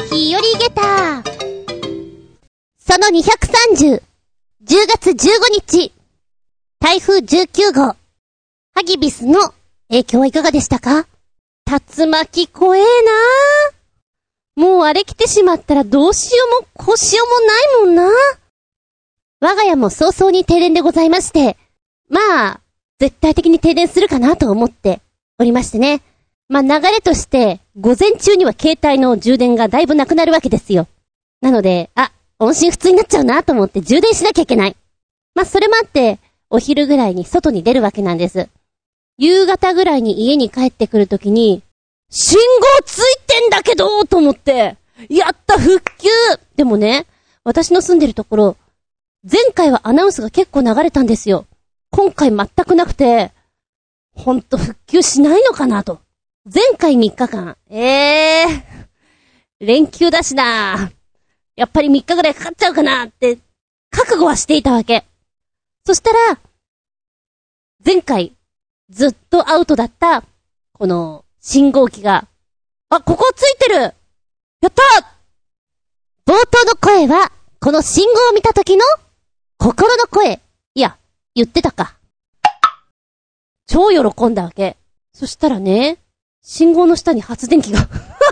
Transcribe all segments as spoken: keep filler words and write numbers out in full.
日和ゲタそのにひゃくさんじゅう、じゅうがつじゅうごにち、台風じゅうきゅうごう、ハギビスの影響はいかがでしたか？竜巻怖えなー。もうあれ来てしまったらどうしようもこしようもないもんな。我が家も早々に停電でございまして、まあ、絶対的に停電するかなと思っておりましてね。まあ流れとして、午前中には携帯の充電がだいぶなくなるわけですよ。なので、あ、音信不通になっちゃうなと思って充電しなきゃいけない。まあそれもあって、お昼ぐらいに外に出るわけなんです。夕方ぐらいに家に帰ってくるときに、信号ついてんだけどと思って、やった復旧。でもね、私の住んでるところ、前回はアナウンスが結構流れたんですよ。今回全くなくて、ほんと復旧しないのかなと。前回みっかかん、えー、連休だしな。やっぱりみっかぐらいかかっちゃうかなって、覚悟はしていたわけ。そしたら、前回、ずっとアウトだった、この、信号機が、あ、ここついてる！やったー！冒頭の声は、この信号を見た時の、心の声。いや、言ってたか。超喜んだわけ。そしたらね、信号の下に発電機が、ちっ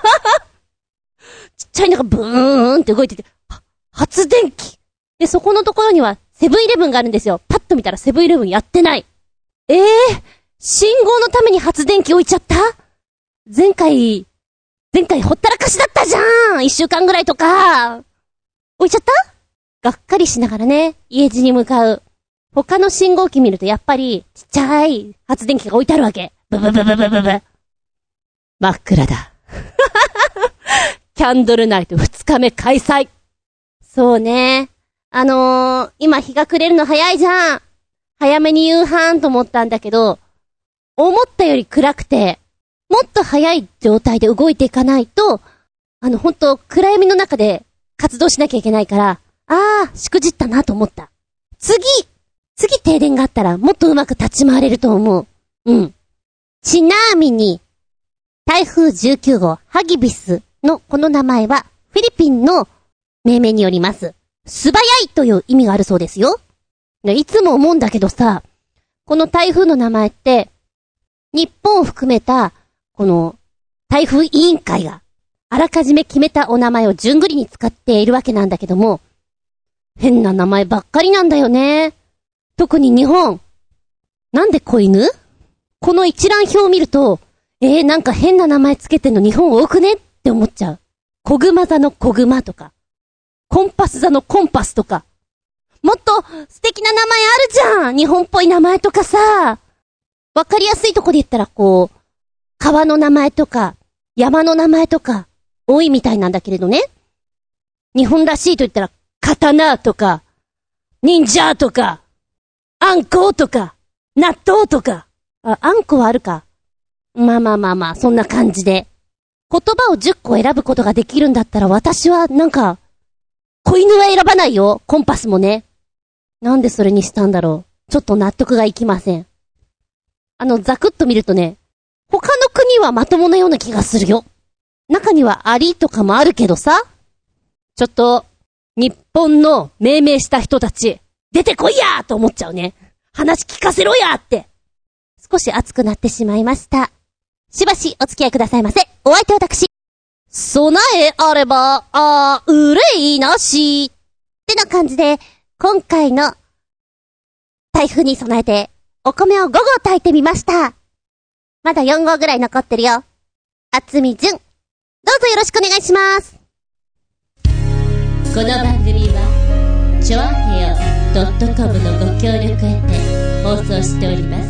ちゃいのがブーンって動いてて、発電機！で、そこのところには、セブンイレブンがあるんですよ。パッと見たらセブンイレブンやってない。えー、信号のために発電機置いちゃった？前回、前回ほったらかしだったじゃん！一週間ぐらいとか。置いちゃった？がっかりしながらね、家路に向かう。他の信号機見るとやっぱり、ちっちゃい発電機が置いてあるわけ。ブブブブブブブ。真っ暗だ。キャンドルナイトふつかめ開催。そうね。あのー、今日が暮れるの早いじゃん。早めに夕飯と思ったんだけど、思ったより暗くて、もっと早い状態で動いていかないと、あの、ほんと、暗闇の中で活動しなきゃいけないから、あー、しくじったなと思った。次次停電があったら、もっとうまく立ち回れると思う。うん。ちなみに、台風じゅうきゅうごう、ハギビスのこの名前は、フィリピンの命名によります。素早いという意味があるそうですよ。いつも思うんだけどさ、この台風の名前って、日本を含めた、この台風委員会があらかじめ決めたお名前を順繰りに使っているわけなんだけども、変な名前ばっかりなんだよね。特に日本。なんで子犬？この一覧表を見ると、えー、なんか変な名前つけてんの日本多くねって思っちゃう。小熊座の小熊とか、コンパス座のコンパスとか、もっと素敵な名前あるじゃん！日本っぽい名前とかさ。わかりやすいとこで言ったらこう、川の名前とか、山の名前とか、多いみたいなんだけれどね。日本らしいと言ったら、刀とか、忍者とか、あんことか、納豆とか。あ、あんこはあるか。まあまあまあまあ、そんな感じで。言葉をじゅっこ選ぶことができるんだったら、私はなんか、子犬は選ばないよ。コンパスもね。なんでそれにしたんだろう。ちょっと納得がいきません。あの、ざくっと見るとね、他の国はまともなような気がするよ。中にはアリとかもあるけどさ。ちょっと、日本の命名した人たち、出てこいやーと思っちゃうね。話聞かせろやーって。少し熱くなってしまいました。しばしお付き合いくださいませ。お相手は私。備えあれば、あー、憂いなし。ってな感じで、今回の台風に備えて、お米をごごう炊いてみました。まだよんごうぐらい残ってるよ。あつみじゅん。どうぞよろしくお願いします。 この番組は、ちょあへよ .com のご協力へて放送しております。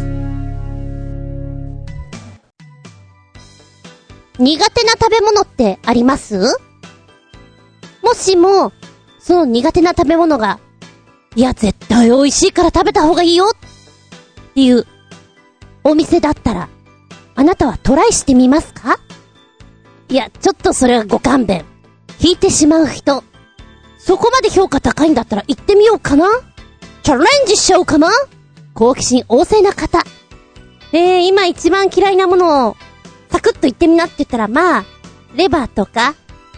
苦手な食べ物ってあります？もしも、その苦手な食べ物が、いや絶対美味しいから食べた方がいいよっていうお店だったら、あなたはトライしてみますか？いや、ちょっとそれはご勘弁。引いてしまう人、そこまで評価高いんだったら行ってみようかな？チャレンジしちゃおうかな？好奇心旺盛な方。えー、今一番嫌いなものをサクッと言ってみなって言ったら、まあ、レバーとか、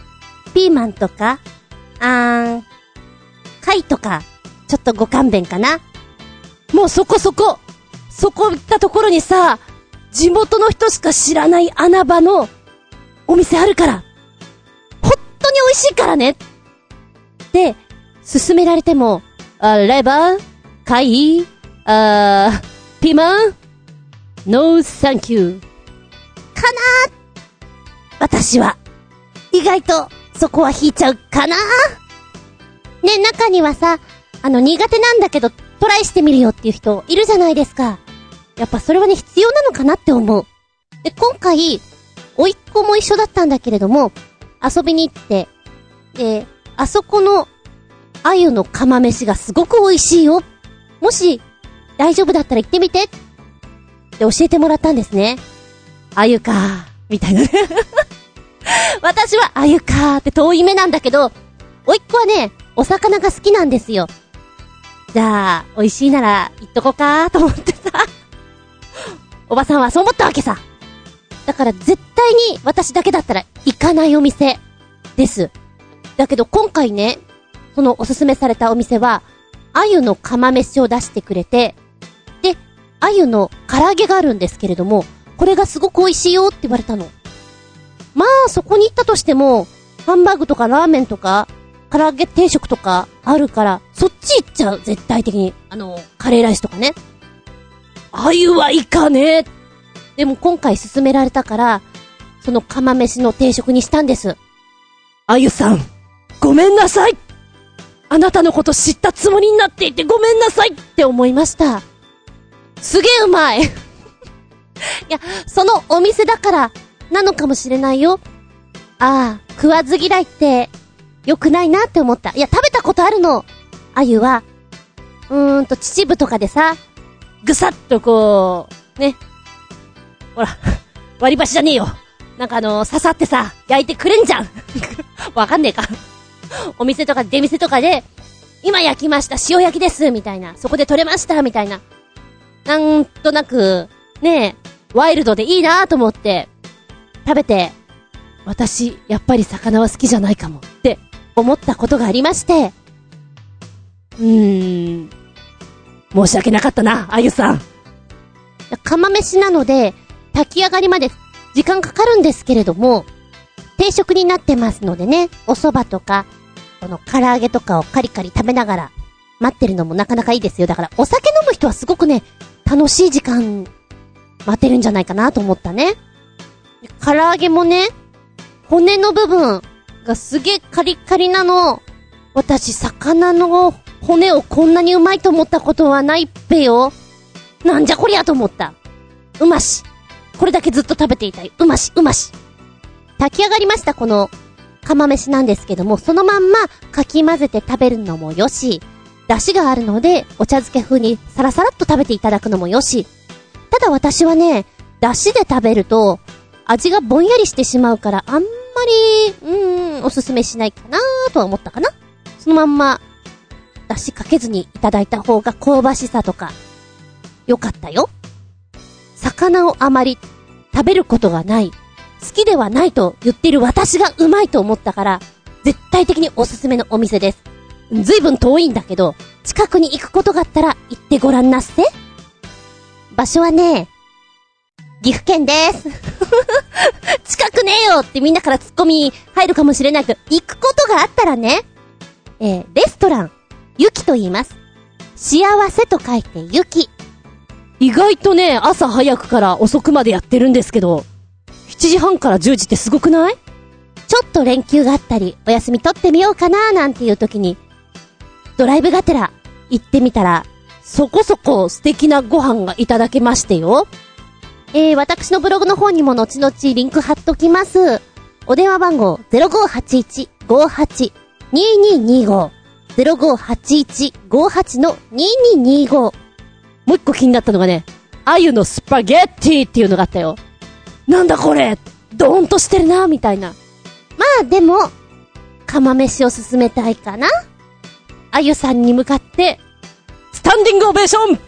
ピーマンとか、あーん、貝とか、ちょっとご勘弁かな。もうそこそこ、そこ行ったところにさ、地元の人しか知らない穴場のお店あるから、本当に美味しいからねって勧められても、あ、レバー、貝、あー、ピーマン、ノーサンキューかなー。私は意外とそこは引いちゃうかなー。ね、中にはさ、あの苦手なんだけどトライしてみるよっていう人いるじゃないですか。やっぱそれはね、必要なのかなって思う。で、今回甥っ子も一緒だったんだけれども、遊びに行って、で、あそこの鮎の釜飯がすごく美味しいよ。もし大丈夫だったら行ってみてって教えてもらったんですね。鮎かーみたいなね私は鮎かーって遠い目なんだけど、甥っ子はね、お魚が好きなんですよ。じゃあ美味しいなら行っとこうかーと思ってさおばさんはそう思ったわけさ。だから絶対に私だけだったら行かないお店です。だけど今回ね、そのおすすめされたお店は鮎の釜飯を出してくれて、で、鮎の唐揚げがあるんですけれども、これがすごく美味しいよって言われたの。まあそこに行ったとしてもハンバーグとかラーメンとか唐揚げ定食とかあるから、そっち行っちゃう。絶対的にあのカレーライスとかね。鮎はいかねえ。でも今回勧められたから、その釜飯の定食にしたんです。鮎さん、ごめんなさい。あなたのこと知ったつもりになっていてごめんなさいって思いました。すげえうまいいや、そのお店だからなのかもしれないよ。ああ、食わず嫌いって良くないなって思った。いや、食べたことあるの。鮎はうーんと秩父とかでさ、ぐさっとこうね、ほら割り箸じゃねえよ、なんかあのー、刺さってさ焼いてくれんじゃんわかんねえかお店とか出店とかで、今焼きました塩焼きですみたいな、そこで取れましたみたいな、なんとなくねえワイルドでいいなと思って食べて、私やっぱり魚は好きじゃないかもって思ったことがありまして、うーん、申し訳なかったな、あゆさん。釜飯なので炊き上がりまで時間かかるんですけれども、定食になってますのでね、お蕎麦とかこの唐揚げとかをカリカリ食べながら待ってるのもなかなかいいですよ。だからお酒飲む人はすごくね、楽しい時間待てるんじゃないかなと思ったね。唐揚げもね、骨の部分がすげえカリカリなの。私魚の骨をこんなにうまいと思ったことはないっぺよ。なんじゃこりゃと思った。うまし。これだけずっと食べていたい。うまし、うまし。炊き上がりましたこの釜飯なんですけども、そのまんまかき混ぜて食べるのもよし、出汁があるのでお茶漬け風にサラサラっと食べていただくのもよし。ただ私はね、出汁で食べると味がぼんやりしてしまうから、あんまりうーんおすすめしないかなとは思ったかな。そのまんま出汁かけずにいただいた方が香ばしさとか良かったよ。魚をあまり食べることがない、好きではないと言っている私がうまいと思ったから、絶対的におすすめのお店です。ずいぶん遠いんだけど、近くに行くことがあったら行ってごらんなっせ。場所はね、岐阜県です近くねえよってみんなからツッコミ入るかもしれないけど、行くことがあったらね、えー、レストランゆきと言います。幸せと書いてゆき。意外とね、朝早くから遅くまでやってるんですけど、しちじはんからじゅうじってすごくない？ちょっと連休があったり、お休み取ってみようかななんていう時に、ドライブがてら行ってみたら、そこそこ素敵なご飯がいただけましてよ。えー、私のブログの方にも後々リンク貼っときます。お電話番号 ゼロごーはちいち ごーはち にーにーにーごー ゼロごーはちいち ごーはち のにーにーにーごー。もう一個気になったのがね、鮎のスパゲッティっていうのがあったよ。なんだこれ、ドーンとしてるなみたいな。まあでも釜飯を勧めたいかな。鮎さんに向かってスタンディングオベーション、ブラ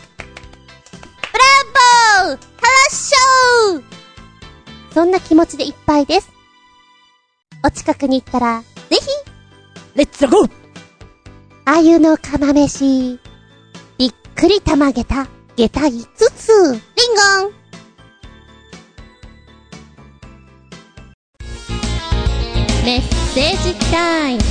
ボー、ハラッショー。そんな気持ちでいっぱいです。 お近くに行ったら、ぜひ、 レッツゴー。 あゆの釜飯、びっくりたまげた、げたいつつ、リンゴン。 メッセージタイム。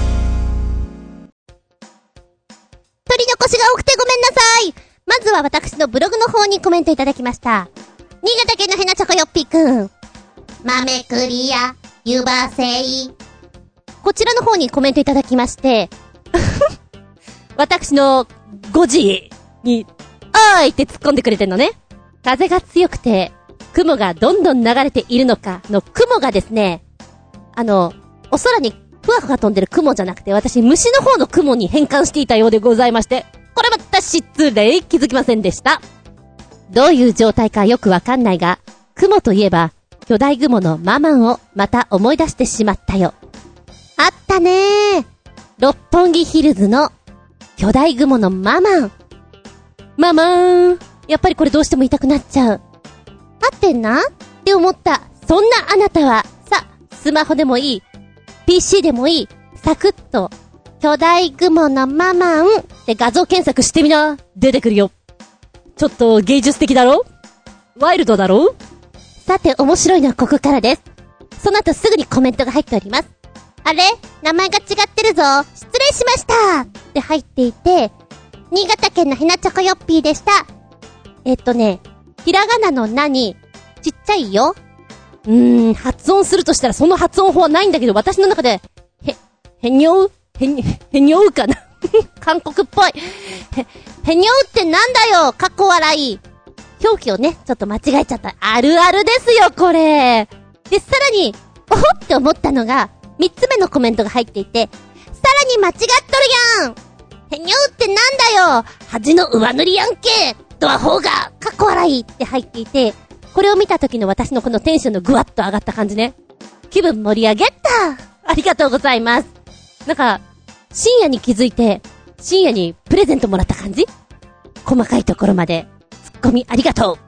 取り残しが多くてごめんなさい。まずは私のブログの方にコメントいただきました。新潟県のヘナチョコヨッピーくん。豆クリア、湯葉製。こちらの方にコメントいただきまして、 私のごじに、あーいって突っ込んでくれてんのね。 風が強くて、雲がどんどん流れているのかの雲がですね、あの、お空にふわふわ飛んでる雲じゃなくて、私虫の方の雲に変換していたようでございまして、これまた失礼、気づきませんでした。どういう状態かよくわかんないが、雲といえば、巨大雲のママンをまた思い出してしまったよ。あったねー。六本木ヒルズの巨大雲のママン。ママーン。やっぱりこれどうしても言いたくなっちゃう。合ってんなって思った。そんなあなたは、さ、スマホでもいい、ピーシー でもいい、サクッと、巨大雲のママンって画像検索してみな。出てくるよ。 ちょっと芸術的だろ？ワイルドだろ？ さて面白いのはここからです。その後すぐにコメントが入っております。あれ？名前が違ってるぞ。失礼しましたって入っていて、新潟県のヘナチョコヨッピーでした。えっとね、ひらがなのなに、ちっちゃいよ。 うーん、発音するとしたらその発音法はないんだけど、私の中で、へ、へにょうへに、へにょうかな韓国っぽい。へ、へにょうってなんだよ、かっこ笑い。表記をね、ちょっと間違えちゃった。あるあるですよ、これ。で、さらに、おほって思ったのが、三つ目のコメントが入っていて、さらに間違っとるやん。へにょうってなんだよ、恥の上塗りやんけ。ドアホーが、かっこ笑いって入っていて、これを見た時の私のこのテンションのぐわっと上がった感じね。気分盛り上げた。ありがとうございます。なんか、深夜に気づいて、深夜にプレゼントもらった感じ？細かいところまで、ツッコミありがとう。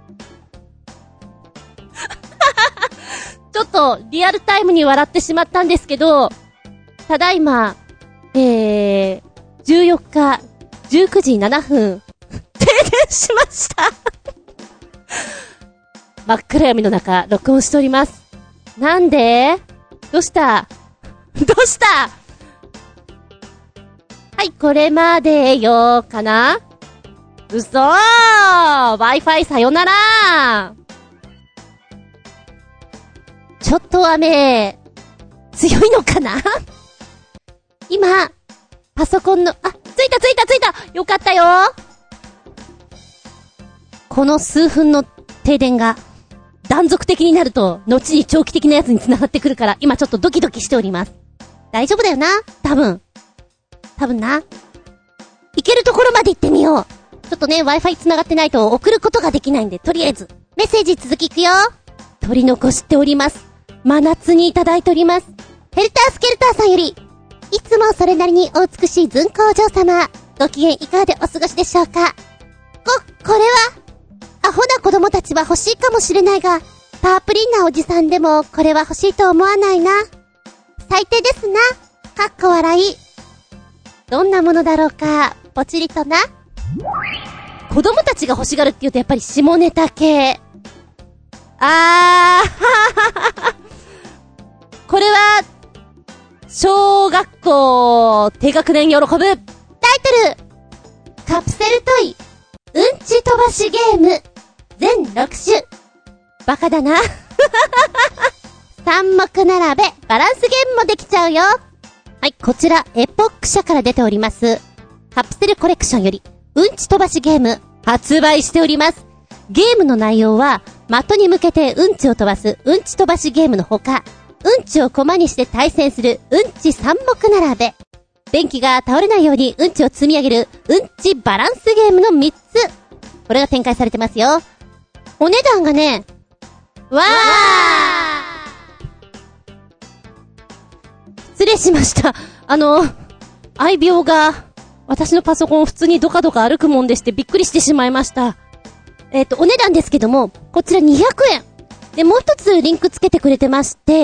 ちょっと、リアルタイムに笑ってしまったんですけど、ただいま、えー、じゅうよっか、じゅうくじななふん、停電しました。真っ暗闇の中、録音しております。なんで？どうした？どうした？はい、これまでよーかな？嘘ー！ Wi-Fi さよなら！ちょっと雨、強いのかな？今、パソコンの、あ、ついたついたついた！よかったよー！この数分の停電が、断続的になると、後に長期的なやつに繋がってくるから、今ちょっとドキドキしております。大丈夫だよな？多分。多分な。行けるところまで行ってみよう。ちょっとね、Wi-Fi 繋がってないと送ることができないんで、とりあえず、メッセージ続きいくよ。取り残しております。真夏にいただいております。ヘルタースケルターさんより、いつもそれなりにお美しいずんこお嬢様、ご機嫌いかがでお過ごしでしょうか。こ、これは、アホな子供たちは欲しいかもしれないが、パープリンなおじさんでもこれは欲しいと思わないな。最低ですな。かっこ笑い。どんなものだろうか、ぽちりとな。子供たちが欲しがるって言うとやっぱり下ネタ系。あーこれは小学校低学年喜ぶ。タイトル、カプセルトイうんち飛ばしゲーム全ろく種。バカだな三目並べバランスゲームもできちゃうよ。はい、こちらエポック社から出ておりますカプセルコレクションよりうんち飛ばしゲーム発売しております。ゲームの内容は的に向けてうんちを飛ばすうんち飛ばしゲームのほか、うんちをコマにして対戦するうんち三目並べ、便器が倒れないようにうんちを積み上げるうんちバランスゲームのみっつ、これが展開されてますよ。お値段がね、わー失礼しました。あの愛病が私のパソコンを普通にドカドカ歩くもんでしてびっくりしてしまいました。えっとお値段ですけども、こちらにひゃくえんで、もう一つリンクつけてくれてまして、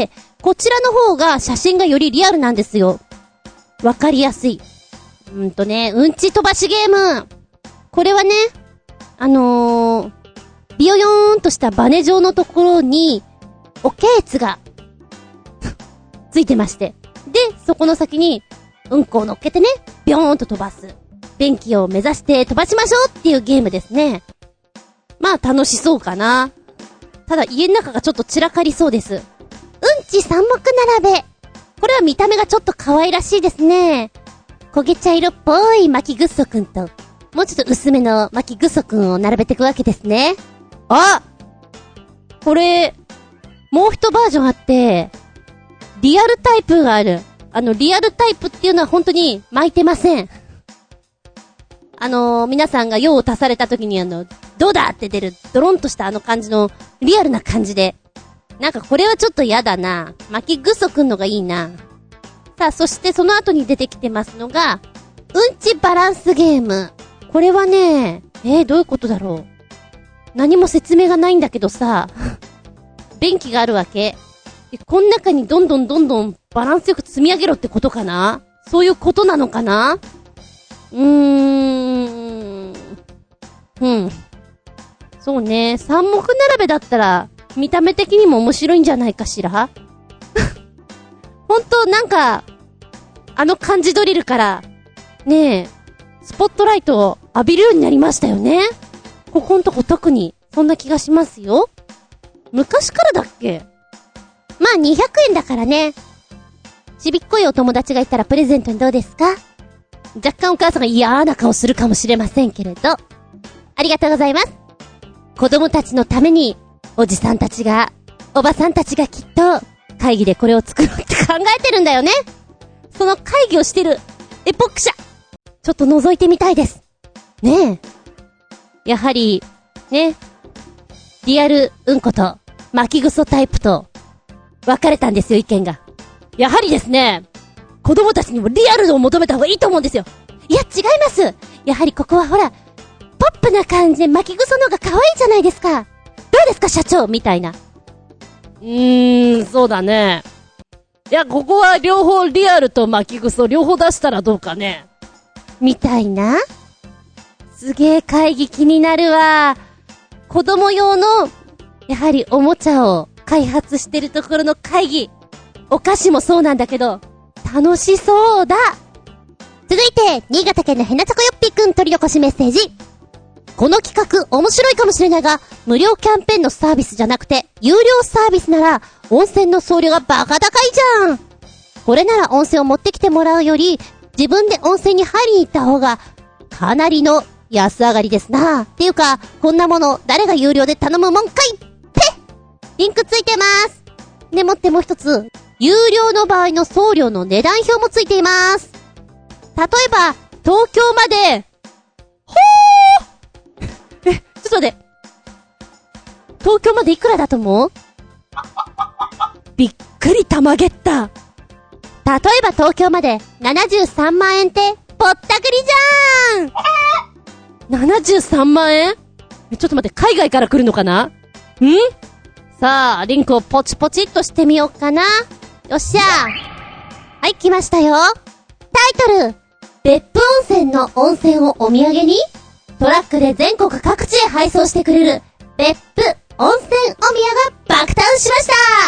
こちらの方が写真がよりリアルなんですよ。わかりやすい。うんとね、うんち飛ばしゲーム。これはね、あのー、ビヨヨーンとしたバネ状のところに、おけいつが、ついてまして。で、そこの先に、うんこを乗っけてね、ビョーンと飛ばす。便器を目指して飛ばしましょうっていうゲームですね。まあ楽しそうかな。ただ家の中がちょっと散らかりそうです。うんち三目並べ。これは見た目がちょっと可愛らしいですね。焦げ茶色っぽい巻きぐっそくんと、もうちょっと薄めの巻きぐっそくんを並べていくわけですね。あ！これ、もう一バージョンあって、リアルタイプがある。あの、リアルタイプっていうのは本当に巻いてません。あのー、皆さんが用を足された時にあの、どうだって出る、ドロンとしたあの感じの、リアルな感じで。なんかこれはちょっと嫌だな。巻きぐそくんのがいいな。さあ、そしてその後に出てきてますのが、うんちバランスゲーム。これはね、えー、どういうことだろう。何も説明がないんだけどさ、便器があるわけ。で、この中にどんどんどんどんバランスよく積み上げろってことかな？そういうことなのかな？うーん。うん。そうね。三目並べだったら、見た目的にも面白いんじゃないかしらほんと、なんか、あの漢字ドリルから、ねえ、スポットライトを浴びるようになりましたよね。ここんとこ特に、そんな気がしますよ。昔からだっけ？まあにひゃくえんだからね。ちびっこいお友達がいたらプレゼントにどうですか？若干お母さんが嫌な顔するかもしれませんけれど。ありがとうございます。子供たちのために、おじさんたちが、おばさんたちがきっと、会議でこれを作ろうって考えてるんだよね。その会議をしてる、エポック社。ちょっと覗いてみたいです。ねえ。やはり、ね。リアルうんこと、巻きぐそタイプと、分かれたんですよ、意見が。やはりですね、子供たちにもリアルを求めた方がいいと思うんですよ。いや、違います。やはりここはほら、ポップな感じで巻きぐその方が可愛いじゃないですか。どうですか、社長みたいな。うーん、そうだね。いや、ここは両方リアルと巻きぐそ両方出したらどうかね。みたいな。すげえ会議気になるわ。子供用の、やはりおもちゃを開発してるところの会議。お菓子もそうなんだけど、楽しそうだ。続いて、新潟県のヘナチョコヨッピーくん取り残しメッセージ。この企画面白いかもしれないが、無料キャンペーンのサービスじゃなくて、有料サービスなら、温泉の送料がバカ高いじゃん。これなら温泉を持ってきてもらうより、自分で温泉に入りに行った方が、かなりの安上がりですな。っていうか、こんなもの、誰が有料で頼むもんかいってリンクついてます。でもってもう一つ、有料の場合の送料の値段表もついています。例えば、東京まで、ほーえ、ちょっと待って。東京までいくらだと思う？びっくりたまげった。例えば東京までななじゅうさんまんえんって、ぼったくりじゃーん !ななじゅうさんまんえん？え、ちょっと待って、海外から来るのかな？ん？さあ、リンクをポチポチっとしてみようかな。よっしゃー。はい、来ましたよ。タイトル。別府温泉の温泉をお土産にトラックで全国各地へ配送してくれる別府温泉お宮が爆誕しました。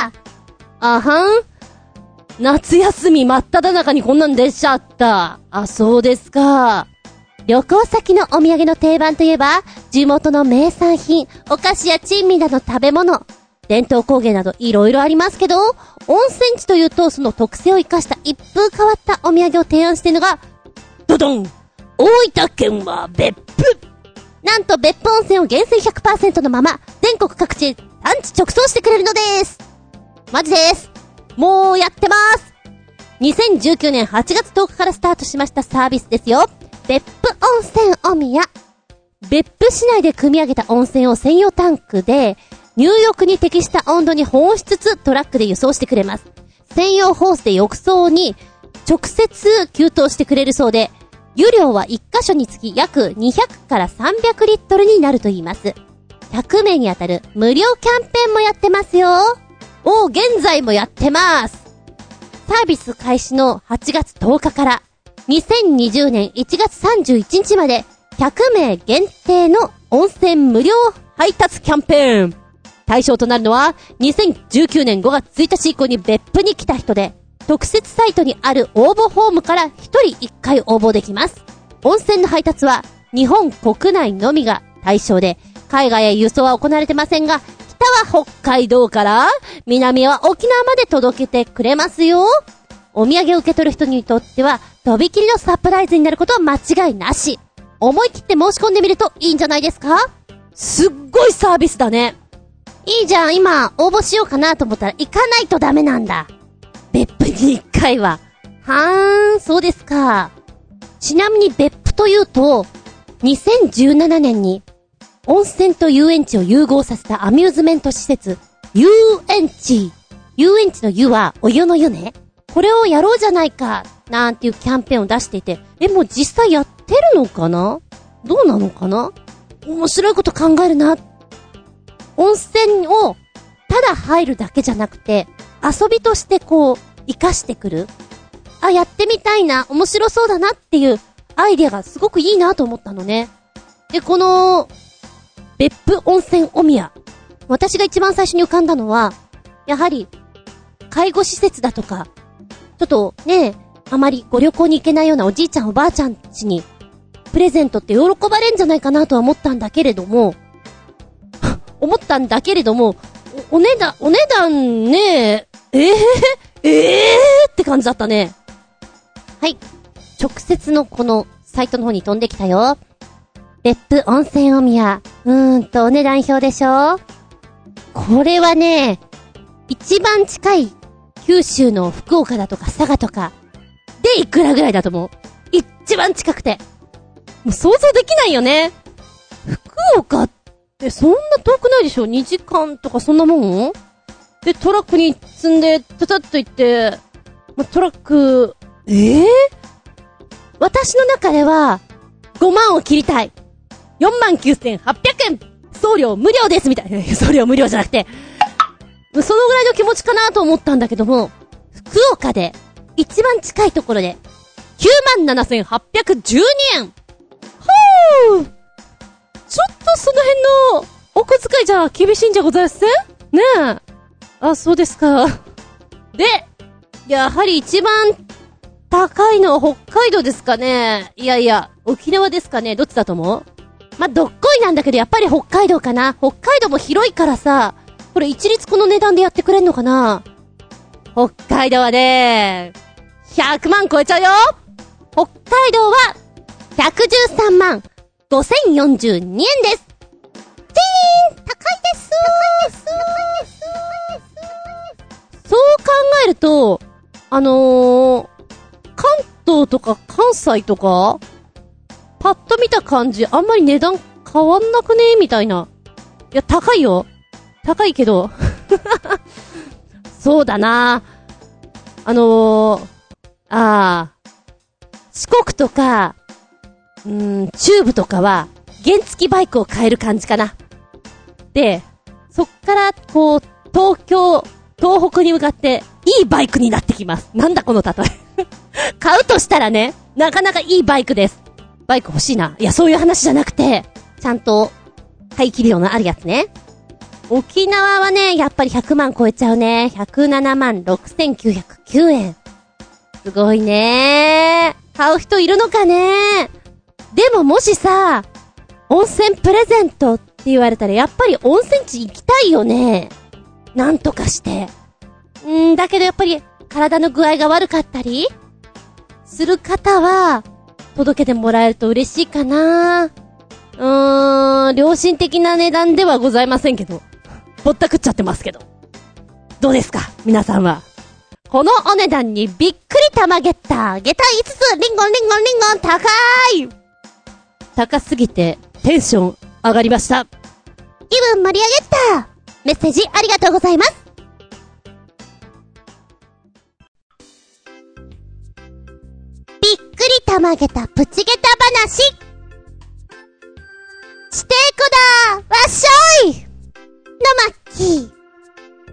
あはん。夏休み真っ只中にこんなん出ちゃった。あ、そうですか。旅行先のお土産の定番といえば、地元の名産品、お菓子や珍味など食べ物、伝統工芸などいろいろありますけど、温泉地というとその特性を生かした一風変わったお土産を提案しているのが、ドドン！大分県は別府！なんと別府温泉を厳選 ひゃくパーセント のまま、全国各地へ産地直送してくれるのです。マジです。もうやってます。にせんじゅうきゅうねんはちがつとおかからスタートしましたサービスですよ。別府温泉お宮。別府市内で組み上げた温泉を専用タンクで、入浴に適した温度に保温しつつトラックで輸送してくれます。専用ホースで浴槽に直接給湯してくれるそうで、湯量はいっかしょにつき約にひゃくからさんびゃくリットルになると言います。ひゃくめいに当たる無料キャンペーンもやってますよ。 を現在もやってます。サービス開始のはちがつとおかからにせんにじゅうねんいちがつさんじゅういちにちまでひゃくめい限定の温泉無料配達キャンペーン。対象となるのはにせんじゅうきゅうねんごがつついたち以降に別府に来た人で、特設サイトにある応募フォームからひとりいっかい応募できます。温泉の配達は日本国内のみが対象で、海外へ輸送は行われてませんが、北は北海道から南は沖縄まで届けてくれますよ。お土産を受け取る人にとってはとびきりのサプライズになることは間違いなし。思い切って申し込んでみるといいんじゃないですか。すっごいサービスだね。いいじゃん。今応募しようかなと思ったら行かないとダメなんだ。別府にいっかいは。はーん、そうですか。ちなみに別府というとにせんじゅうななねんに温泉と遊園地を融合させたアミューズメント施設、遊園地。遊園地の湯はお湯の湯ね。これをやろうじゃないか、なんていうキャンペーンを出していて、え、もう実際やってるのかな？どうなのかな？面白いこと考えるな。温泉をただ入るだけじゃなくて、遊びとしてこう、活かしてくる。あ、やってみたいな、面白そうだなっていうアイデアがすごくいいなと思ったのね。で、この、別府温泉お宮。私が一番最初に浮かんだのは、やはり、介護施設だとか、ちょっとね、あまりご旅行に行けないようなおじいちゃんおばあちゃんちに、プレゼントって喜ばれんじゃないかなとは思ったんだけれども、思ったんだけれども、お、お値段、お値段ね、えー、えーって感じだったね。はい。直接のこのサイトの方に飛んできたよ。別府温泉お宮。うーんと、お値段表でしょ？これはね、一番近い九州の福岡だとか佐賀とかでいくらぐらいだと思う？一番近くて。もう想像できないよね。福岡ってそんな遠くないでしょ？ に 時間とかそんなもん？で、トラックに積んで、たたっと行って、ま、トラック、えぇ、ー、私の中では、ごまんを切りたい。よんまんきゅうせんはっぴゃくえん送料無料ですみたいな。送料無料じゃなくて、そのぐらいの気持ちかなと思ったんだけども、福岡で、一番近いところで、きゅうまんななせんはっぴゃくじゅうにえん。ほー！ちょっとその辺の、お小遣いじゃ厳しいんじゃございません？ねえ。あ、そうですか。で、やはり一番高いのは北海道ですかね。いやいや、沖縄ですかね。どっちだと思う？まあ、どっこいなんだけど、やっぱり北海道かな。北海道も広いからさ、これ一律この値段でやってくれんのかな。北海道はね、ひゃくまん超えちゃうよ。北海道は、ひゃくじゅうさんまんごせんよんじゅうにえんです。チーン！高いですー。高いですー。そう考えると、あのー、関東とか関西とか、パッと見た感じ、あんまり値段変わんなくねみたいな。いや、高いよ。高いけど。そうだな。あのー、あー、四国とか、うーん、中部とかは、原付バイクを買える感じかな。で、そっから、こう、東京、東北に向かって、いいバイクになってきます。なんだこの例え。買うとしたらね、なかなかいいバイクです。バイク欲しいな。いや、そういう話じゃなくて、ちゃんと、排気量のあるやつね。沖縄はね、やっぱりひゃくまん超えちゃうね。ひゃくななまんろくせんきゅうひゃくきゅうえん。すごいね。買う人いるのかね。でももしさ、温泉プレゼントって言われたら、やっぱり温泉地行きたいよね。なんとかして。うーん、だけどやっぱり、体の具合が悪かったりする方は、届けてもらえると嬉しいかな。うーん、良心的な値段ではございませんけど、ぼったくっちゃってますけど。どうですか皆さんは。このお値段にびっくり玉ゲッター。ゲタいつつ、リンゴンリンゴンリンゴン、高い高すぎて、テンション上がりました。気分盛り上げた。メッセージありがとうございます。びっくり玉ゲタプチゲタ話。指定子だわっしょいのまっきー。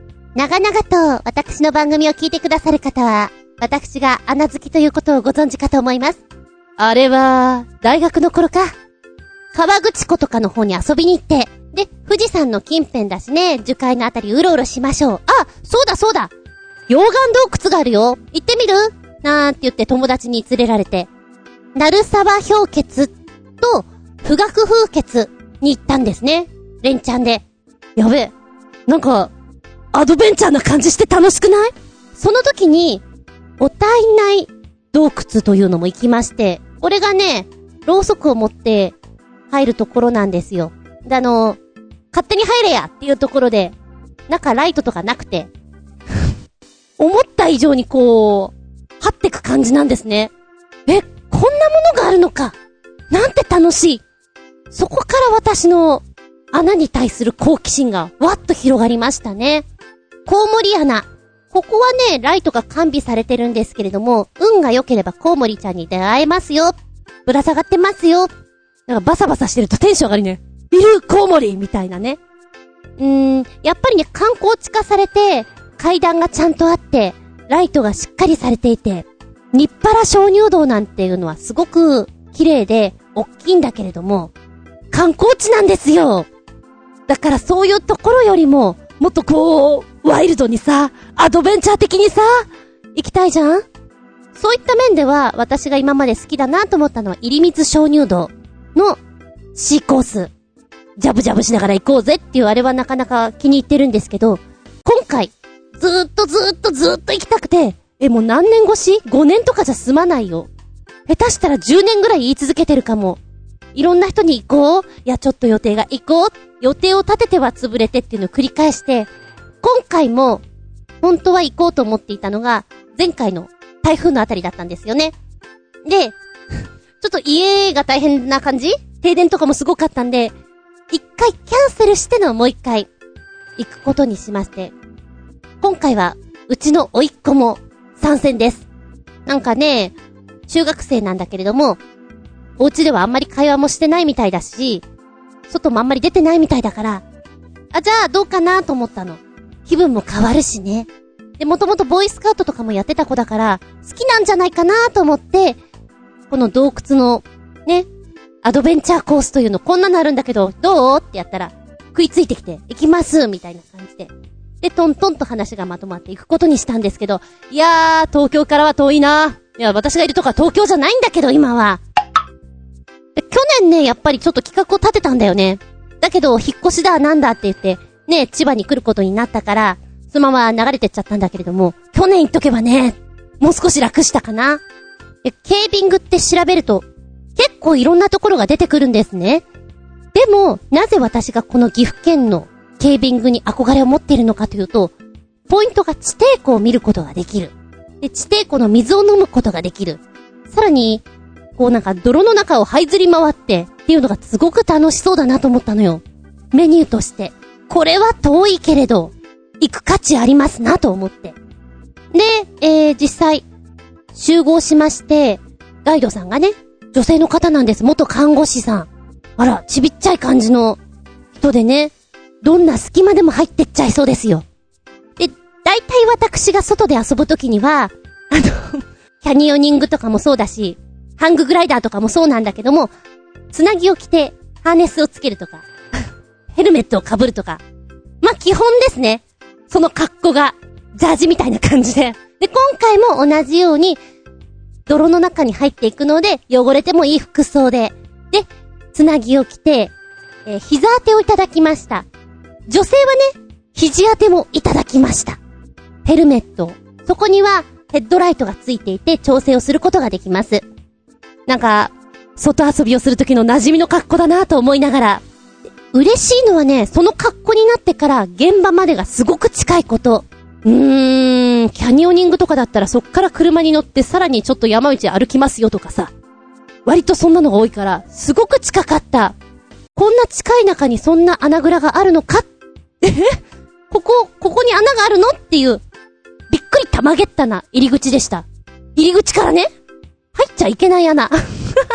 長々と私の番組を聞いてくださる方は、私が穴好きということをご存知かと思います。 あれは、大学の頃か。 川口湖とかの方に遊びに行って、で、富士山の近辺だしね、樹海のあたりうろうろしましょう。あ、そうだそうだ。溶岩洞窟があるよ。行ってみる？なんて言って友達に連れられて、鳴沢氷穴と富岳風穴に行ったんですね。連チャンで。 やべえ。なんか、アドベンチャーな感じして楽しくない？ その時に、お体内洞窟というのも行きまして、これがね、ろうそくを持って入るところなんですよ。で、あの、勝手に入れやっていうところで、中ライトとかなくて、 思った以上にこう、張ってく感じなんですね。え、こんなものがあるのか。なんて楽しい。そこから私の穴に対する好奇心がわっと広がりましたね。 コウモリ穴。ここはね、ライトが完備されてるんですけれども、運が良ければコウモリちゃんに出会えますよ。ぶら下がってますよ。 なんかバサバサしてるとテンション上がりね。いるコウモリみたいなね。 うーん、やっぱりね、観光地化されて、階段がちゃんとあって、ライトがしっかりされていて、日原鍾乳洞なんていうのはすごく綺麗で、大きいんだけれども、観光地なんですよ。 だからそういうところよりも、もっとこう、ワイルドにさ、アドベンチャー的にさ、行きたいじゃん？ そういった面では、私が今まで好きだなと思ったのは、入光鍾乳洞の C コース。ジャブジャブしながら行こうぜっていうあれはなかなか気に入ってるんですけど、今回、ずーっとずーっとずーっと行きたくて、 え、もう何年越し ?ご 年とかじゃ済まないよ。 下手したらじゅうねんぐらい言い続けてるかも。いろんな人に行こう。いや、ちょっと予定が行こう。予定を立てては潰れてっていうのを繰り返して、今回も、本当は行こうと思っていたのが、前回の台風のあたりだったんですよね。で、ちょっと家が大変な感じ？停電とかもすごかったんで、一回キャンセルしてのもう一回、行くことにしまして、今回は、うちの甥っ子も参戦です。なんかね、中学生なんだけれども、お家ではあんまり会話もしてないみたいだし、外もあんまり出てないみたいだから、あ、じゃあどうかなと思ったの。気分も変わるしね。で、もともとボーイスカウトとかもやってた子だから、好きなんじゃないかなと思って、この洞窟の、ね、アドベンチャーコースというのこんなのあるんだけど、どうってやったら、食いついてきて、行きますみたいな感じで。で、トントンと話がまとまっていくことにしたんですけど、いやー、東京からは遠いな。いや、私がいるとこは東京じゃないんだけど、今は。で、去年ね、やっぱりちょっと企画を立てたんだよね。だけど、引っ越しだ、なんだって言って、ね、千葉に来ることになったから、そのまま流れてっちゃったんだけれども、去年言っとけばね、もう少し楽したかな。で、ケービングって調べると、結構いろんなところが出てくるんですね。でも、なぜ私がこの岐阜県のケービングに憧れを持っているのかというと、ポイントが地底湖を見ることができる。で、地底湖の水を飲むことができる。さらに、こうなんか泥の中を這いずり回ってっていうのがすごく楽しそうだなと思ったのよ。メニューとして。これは遠いけれど、行く価値ありますなと思って。で、えー、実際、集合しまして、ガイドさんがね、女性の方なんです。元看護師さん。あら、ちびっちゃい感じの人でね、どんな隙間でも入ってっちゃいそうですよ。で、大体私が外で遊ぶときには、あの、キャニオニングとかもそうだし、ハンググライダーとかもそうなんだけども、つなぎを着て、ハーネスをつけるとか、ヘルメットを被るとか。まあ、基本ですね。その格好が、ジャージみたいな感じで。で、今回も同じように、泥の中に入っていくので、汚れてもいい服装で。で、つなぎを着て、えー、膝当てをいただきました。女性はね、肘当てもいただきました。ヘルメット。そこには、ヘッドライトがついていて、調整をすることができます。なんか、外遊びをするときの馴染みの格好だなと思いながら、嬉しいのはね、その格好になってから現場までがすごく近いこと。うーん、キャニオニングとかだったらそっから車に乗ってさらにちょっと山道歩きますよとかさ。割とそんなのが多いから、すごく近かった。こんな近い中にそんな穴蔵があるのかえここ、ここに穴があるのっていう、びっくりたまげったな入り口でした。入り口からね、入っちゃいけない穴。で、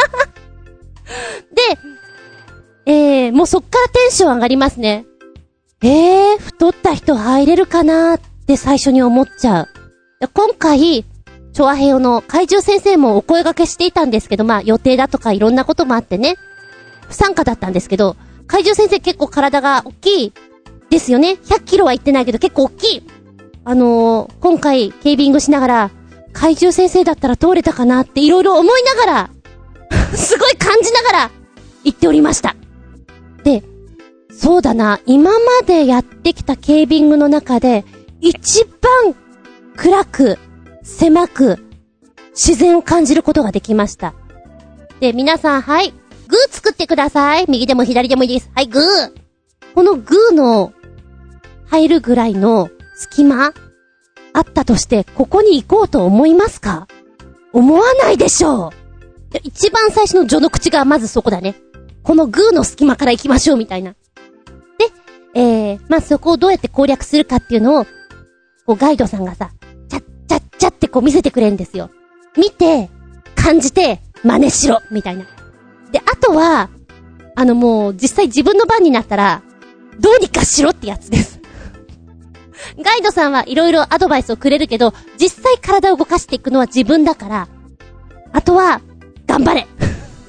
えー、もうそっからテンション上がりますね。えー、太った人入れるかなって最初に思っちゃう。今回、チョアヘヨの怪獣先生もお声掛けしていたんですけど、まあ予定だとかいろんなこともあってね、不参加だったんですけど、怪獣先生結構体が大きいですよね。ひゃっキロは言ってないけど結構大きい。あのー、今回ケービングしながら、怪獣先生だったら通れたかなっていろいろ思いながら、すごい感じながら言っておりました。で、そうだな、今までやってきたケービングの中で、一番暗く、狭く、自然を感じることができました。で、皆さん、はい、グー作ってください。右でも左でもいいです。はい、グー。このグーの入るぐらいの隙間あったとして、ここに行こうと思いますか？思わないでしょう。一番最初の序の口がまずそこだね。このグーの隙間から行きましょうみたいな。で、えー、まあ、そこをどうやって攻略するかっていうのを、こうガイドさんがさ、チャッチャッチャってこう見せてくれるんですよ。見て、感じて、真似しろみたいな。で、あとは、あのもう実際自分の番になったら、どうにかしろってやつです。ガイドさんはいろいろアドバイスをくれるけど、実際体を動かしていくのは自分だから、あとは、頑張れ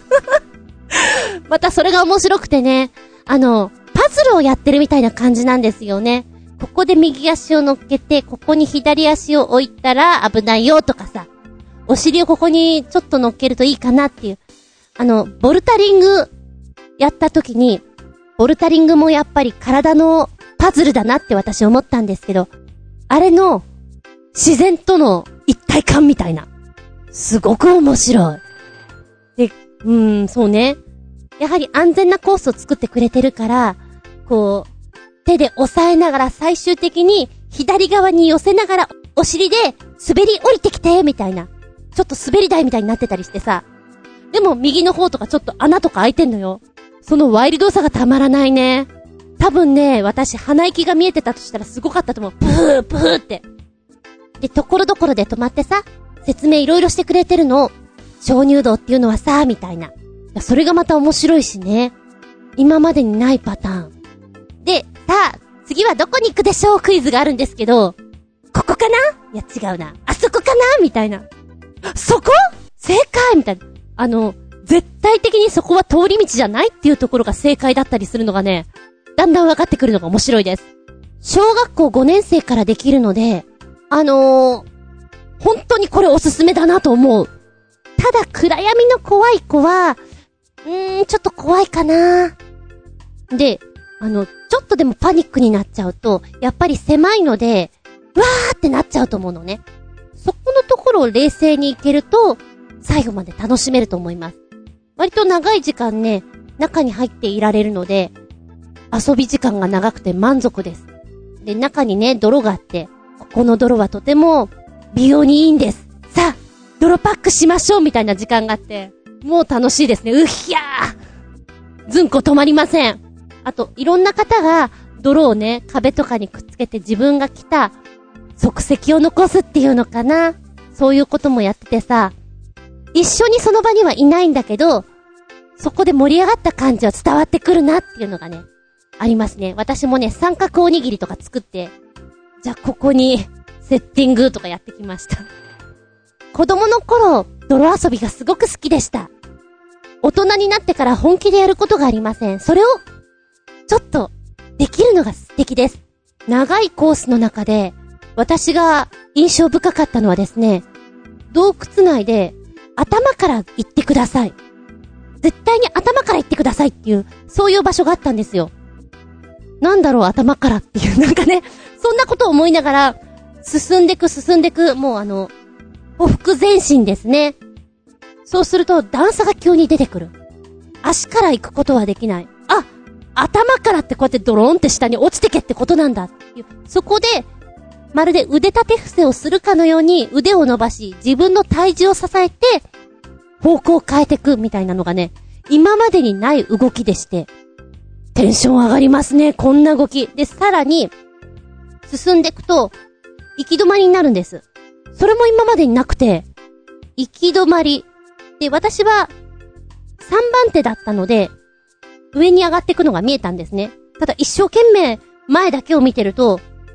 またそれが面白くてね、あの、パズルをやってるみたいな感じなんですよね。ここで右足を乗っけて、ここに左足を置いたら危ないよとかさ、お尻をここにちょっと乗っけるといいかなっていう。あの、ボルタリングやった時に、ボルタリングもやっぱり体のパズルだなって私思ったんですけど、あれの自然との一体感みたいな。すごく面白い。で、うーん、そうね。やはり安全なコースを作ってくれてるから、こう、手で押さえながら最終的に左側に寄せながらお尻で滑り降りてきて、みたいな。ちょっと滑り台みたいになってたりしてさ。でも右の方とかちょっと穴とか開いてんのよ。そのワイルドさがたまらないね。多分ね、私鼻息が見えてたとしたらすごかったと思う。プープーって。で、ところどころで止まってさ、説明いろいろしてくれてるの。鍾乳洞っていうのはさ、みたいな。それがまた面白いしね。今までにないパターン。で、さあ、次はどこに行くでしょうクイズがあるんですけど、ここかないや違うな。あそこかなみたいな。そこ正解みたいな。あの、絶対的にそこは通り道じゃないっていうところが正解だったりするのがね、だんだん分かってくるのが面白いです。小学校ごねん生からできるので、あのー、本当にこれおすすめだなと思う。ただ暗闇の怖い子は、うーん、ちょっと怖いかな。で、あの、ちょっとでもパニックになっちゃうと、やっぱり狭いので、わーってなっちゃうと思うのね。そこのところを冷静に行けると、最後まで楽しめると思います。割と長い時間ね、中に入っていられるので、遊び時間が長くて満足です。で、中にね、泥があって、ここの泥はとても美容にいいんです。さあ、泥パックしましょうみたいな時間があって、もう楽しいですね。うっひゃーずんこ止まりません。あと、いろんな方が泥をね、壁とかにくっつけて自分が来た足跡を残すっていうのかな。そういうこともやっててさ、一緒にその場にはいないんだけど、そこで盛り上がった感じは伝わってくるなっていうのがね、ありますね。私もね、三角おにぎりとか作って、じゃあここにセッティングとかやってきました。子供の頃、泥遊びがすごく好きでした。大人になってから本気でやることがありません。それを、ちょっと、できるのが素敵です。長いコースの中で、私が印象深かったのはですね、洞窟内で、頭から行ってください。絶対に頭から行ってくださいっていう、そういう場所があったんですよ。なんだろう、頭からっていう、なんかね、そんなことを思いながら、進んでく進んでく、もうあの、歩幅前進ですね。そうすると段差が急に出てくる。足から行くことはできない。あ、頭からってこうやってドローンって下に落ちてけってことなんだっていう。そこで、まるで腕立て伏せをするかのように腕を伸ばし、自分の体重を支えて、方向を変えてくみたいなのがね、今までにない動きでして、テンション上がりますね、こんな動き。で、さらに、進んでいくと、行き止まりになるんです。それも今までになくて、行き止まり。で、私は、さんばん手だったので、上に上がっていくのが見えたんですね。ただ一生懸命前だけを見てると、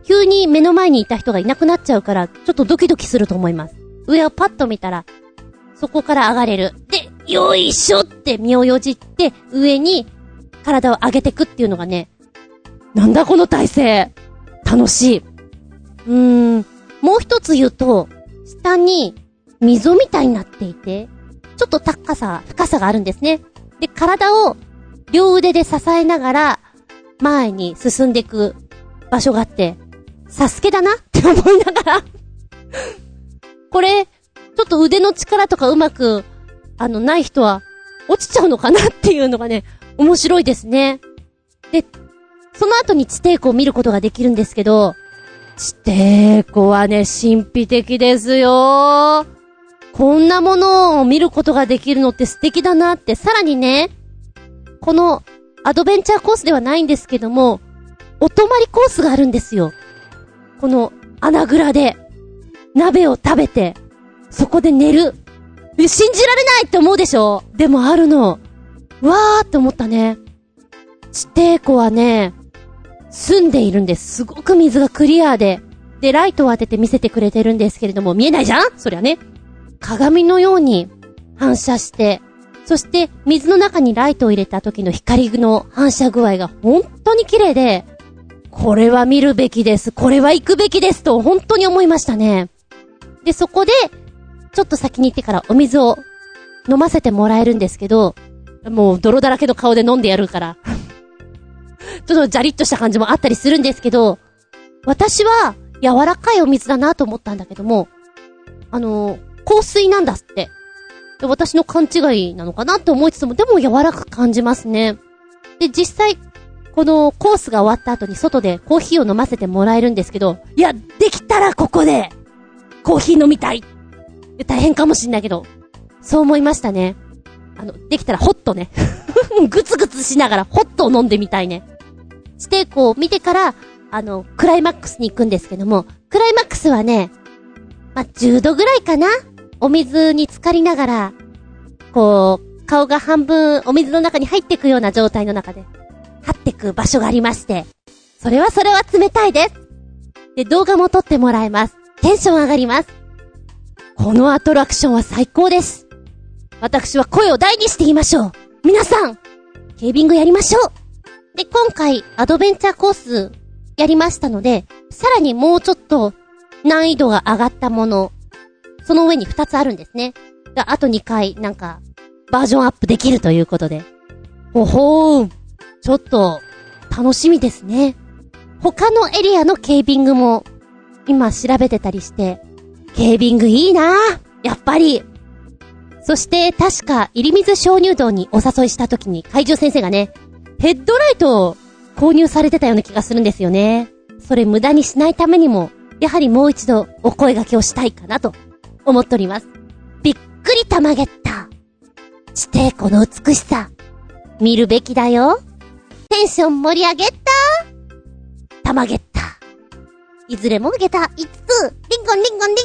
急に目の前にいた人がいなくなっちゃうから、ちょっとドキドキすると思います。上をパッと見たら、そこから上がれる。で、よいしょって身をよじって、上に体を上げてくっていうのがね、なんだこの体勢。楽しい。うーん、もう一つ言うと、下に溝みたいになっていて、ちょっと高さ、深さがあるんですね。で、体を両腕で支えながら、前に進んでいく場所があって、サスケだなって思いながら、これ、ちょっと腕の力とかうまく、あの、ない人は、落ちちゃうのかなっていうのがね、面白いですね。で、その後に地底湖を見ることができるんですけど、地底湖はね、神秘的ですよ。こんなものを見ることができるのって素敵だなって、さらにね、このアドベンチャーコースではないんですけども、お泊まりコースがあるんですよ。この穴蔵で、鍋を食べて、そこで寝る。信じられないって思うでしょ？でもあるの。わーって思ったね。地底湖はね、澄んでいるんです。すごく水がクリアで。で、ライトを当てて見せてくれてるんですけれども、見えないじゃん？そりゃね。鏡のように反射して、そして水の中にライトを入れた時の光の反射具合が本当に綺麗で、これは見るべきです。これは行くべきですと本当に思いましたね。で、そこで、ちょっと先に行ってからお水を飲ませてもらえるんですけど、もう泥だらけの顔で飲んでやるから。ちょっとジャリッとした感じもあったりするんですけど、私は柔らかいお水だなと思ったんだけども、あの、香水なんだって。で、私の勘違いなのかなって思いつつも、でも柔らかく感じますね。で、実際、このコースが終わった後に外でコーヒーを飲ませてもらえるんですけど、いや、できたらここで、コーヒー飲みたい。大変かもしんないけど、そう思いましたね。あの、できたらホットね。グツグツしながらホットを飲んでみたいね。地底湖を見てから、あの、クライマックスに行くんですけども、クライマックスはね、まあ、じゅうどぐらいかな？お水に浸かりながら、こう、顔が半分お水の中に入っていくような状態の中で、張っていく場所がありまして、それはそれは冷たいです。で、動画も撮ってもらえます。テンション上がります。このアトラクションは最高です。私は声を大にして言いましょう。皆さん、ケービングやりましょう。で、今回アドベンチャーコースやりましたので、さらにもうちょっと難易度が上がったもの、その上にふたつあるんですね。あとにかいなんかバージョンアップできるということで。ほほー、ちょっと楽しみですね。他のエリアのケービングも今調べてたりして、ケービングいいなぁ、やっぱり。そして確か入水鍾乳洞にお誘いした時に怪獣先生がね、ヘッドライトを購入されてたような気がするんですよね。それ無駄にしないためにも、やはりもう一度お声掛けをしたいかなと思っております。びっくりたまげった。地底湖の美しさ、見るべきだよ。テンション盛り上げた。たまげった。いずれもげたいつつ、リンゴンリンゴンリンゴン。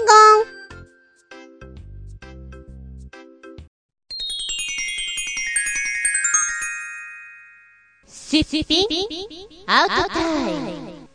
シッピンアウトタイム。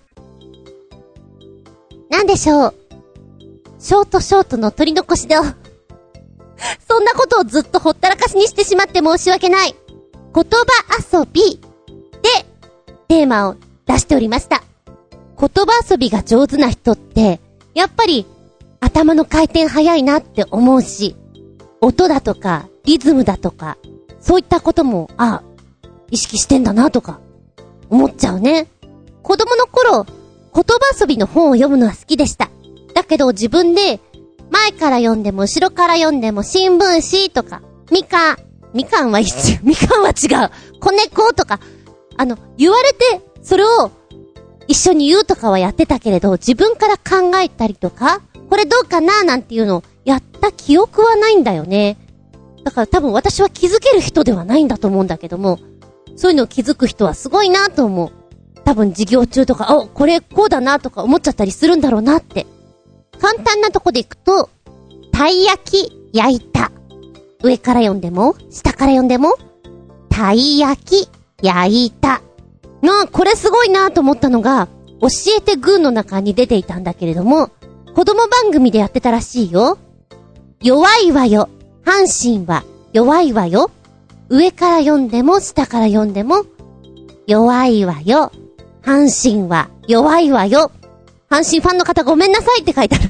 なんでしょう。ショートショートの取り残しでそんなことをずっとほったらかしにしてしまって申し訳ない。言葉遊びでテーマを出しておりました。言葉遊びが上手な人ってやっぱり頭の回転早いなって思うし、音だとかリズムだとかそういったこともあ意識してんだなとか思っちゃうね。子供の頃言葉遊びの本を読むのは好きでした。だけど自分で前から読んでも後ろから読んでも新聞紙とかみかんみかんは一緒みかんは違う子猫とかあの言われてそれを一緒に言うとかはやってたけれど、自分から考えたりとかこれどうかななんていうのをやった記憶はないんだよね。だから多分私は気づける人ではないんだと思うんだけども、そういうのを気づく人はすごいなと思う。多分授業中とかおこれこうだなとか思っちゃったりするんだろうなって。簡単なとこでいくと、たい焼き焼いた。上から読んでも下から読んでもたい焼き焼いた。なあ、これすごいなと思ったのが、 教えてグーの中に出ていたんだけれども、子供番組でやってたらしいよ。弱いわよ。阪神は弱いわよ。上から読んでも下から読んでも弱いわよ。阪神は弱いわよ。阪神ファンの方ごめんなさいって書いてある。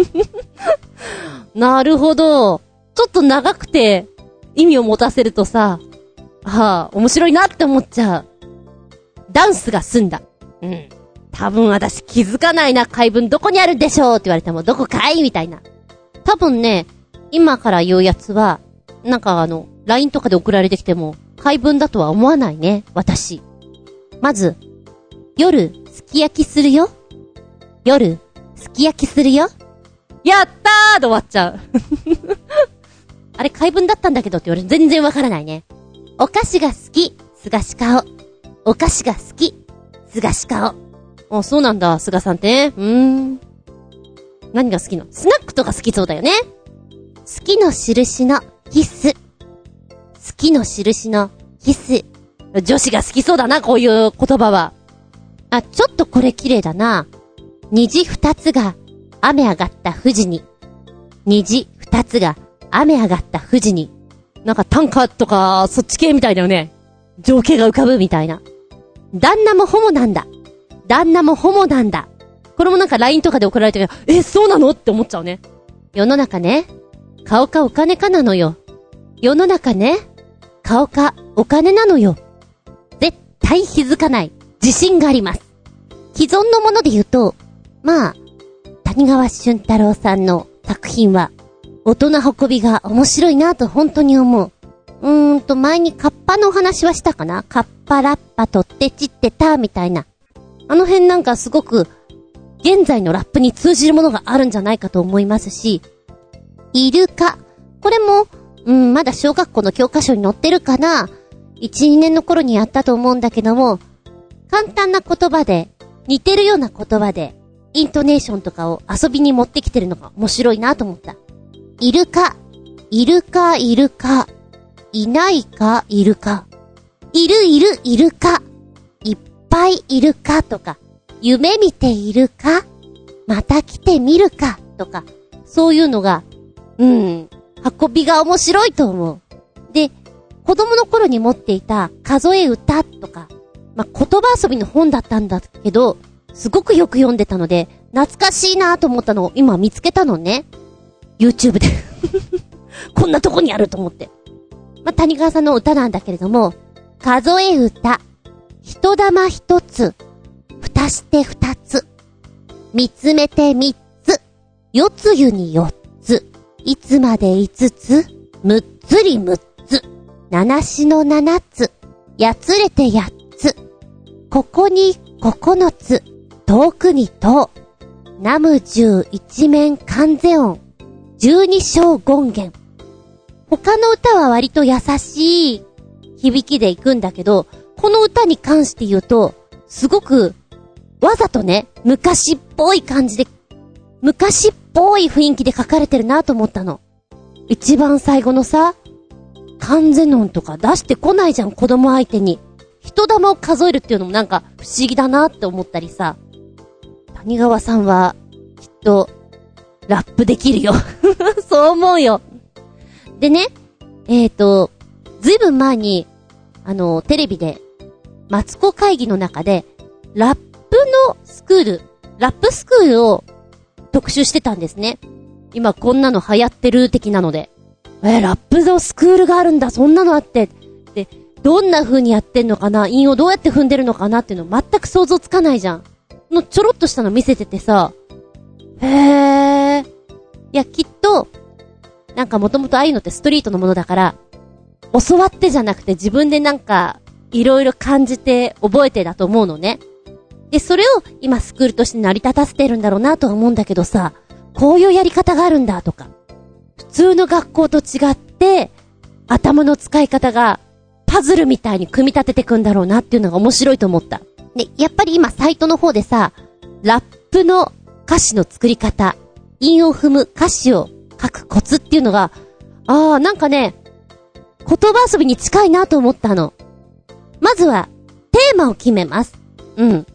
なるほど。ちょっと長くて意味を持たせるとさ、はあ、面白いなって思っちゃう。ダンスが済んだ。うん。多分私気づかないな、回文どこにあるでしょうって言われてもどこかいみたいな。多分ね、今から言うやつは、なんかあの、ライン とかで送られてきても、回文だとは思わないね、私。まず、夜、すき焼きするよ。夜、すき焼きするよ。やったーで終わっちゃう。あれ、回文だったんだけどって言われる。全然わからないね。お菓子が好き、すがし顔。お菓子が好き、すがし顔。あ、そうなんだ、すがさんってね。うーん。何が好きの？スナックとか好きそうだよね。好きの印のキス。好きの印のキス。女子が好きそうだな、こういう言葉は。あ、ちょっとこれ綺麗だな。虹二つが雨上がった富士に。虹二つが雨上がった富士に。なんか短歌とか、そっち系みたいだよね。情景が浮かぶみたいな。旦那もホモなんだ。旦那もホモなんだ。これもなんか ライン とかで送られてるけど、え、そうなのって思っちゃうね。世の中ね、顔かお金かなのよ。世の中ね、顔かお金なのよ。絶対気づかない。自信があります。既存のもので言うと、まあ、谷川俊太郎さんの作品は、大人運びが面白いなと本当に思う。うーんと、前にカッパのお話はしたかな？カッパラッパとってちってたみたいな。あの辺なんかすごく、現在のラップに通じるものがあるんじゃないかと思いますし、イルカ。これも、うん、まだ小学校の教科書に載ってるかな？いち、にねんの頃にやったと思うんだけども、簡単な言葉で、似てるような言葉で、イントネーションとかを遊びに持ってきてるのが面白いなと思った。イルカ。イルカ、イルカ。いないか、いるか。いるいる、いるか。いっぱいいるかとか。夢見ているか。また来てみるかとか。そういうのが、うん、運びが面白いと思う。で、子供の頃に持っていた数え歌とか、まあ、言葉遊びの本だったんだけど、すごくよく読んでたので、懐かしいなと思ったのを今見つけたのね。YouTube で。こんなとこにあると思って。まあ、谷川さんの歌なんだけれども、数え歌、一玉一つ、蓋して二つ、見つめて三つ、四つ湯に四つ、いつまで五つ、むっつり六つ、七しの七つ、やつれて八つ、ここに九つ、遠くに遠、ナム十一面観世音、十二小権現。他の歌は割と優しい響きでいくんだけど、この歌に関して言うと、すごく、わざとね、昔っぽい感じで、昔っぽい雰囲気で書かれてるなと思ったの。一番最後のさ、観世音とか出してこないじゃん、子供相手に。人玉を数えるっていうのもなんか不思議だなって思ったりさ。谷川さんは、きっと、ラップできるよ。そう思うよ。でね、えーと、ずいぶん前に、あの、テレビで、マツコ会議の中で、ラップのスクール、ラップスクールを特集してたんですね。今こんなの流行ってる的なので。えー、ラップのスクールがあるんだ、そんなのあって。で、どんな風にやってんのかな、韻をどうやって踏んでるのかなっていうの全く想像つかないじゃん。のちょろっとしたの見せててさ、へー。いや、きっと、なんかもともとああいうのってストリートのものだから、教わってじゃなくて自分でなんか、いろいろ感じて覚えてだと思うのね。で、それを今スクールとして成り立たせてるんだろうなとは思うんだけどさ、こういうやり方があるんだとか、普通の学校と違って、頭の使い方がパズルみたいに組み立ててくんだろうなっていうのが面白いと思った。で、やっぱり今サイトの方でさ、ラップの歌詞の作り方、韻を踏む歌詞を書くコツっていうのが、あーなんかね、言葉遊びに近いなと思ったの。まずは、テーマを決めます。うん。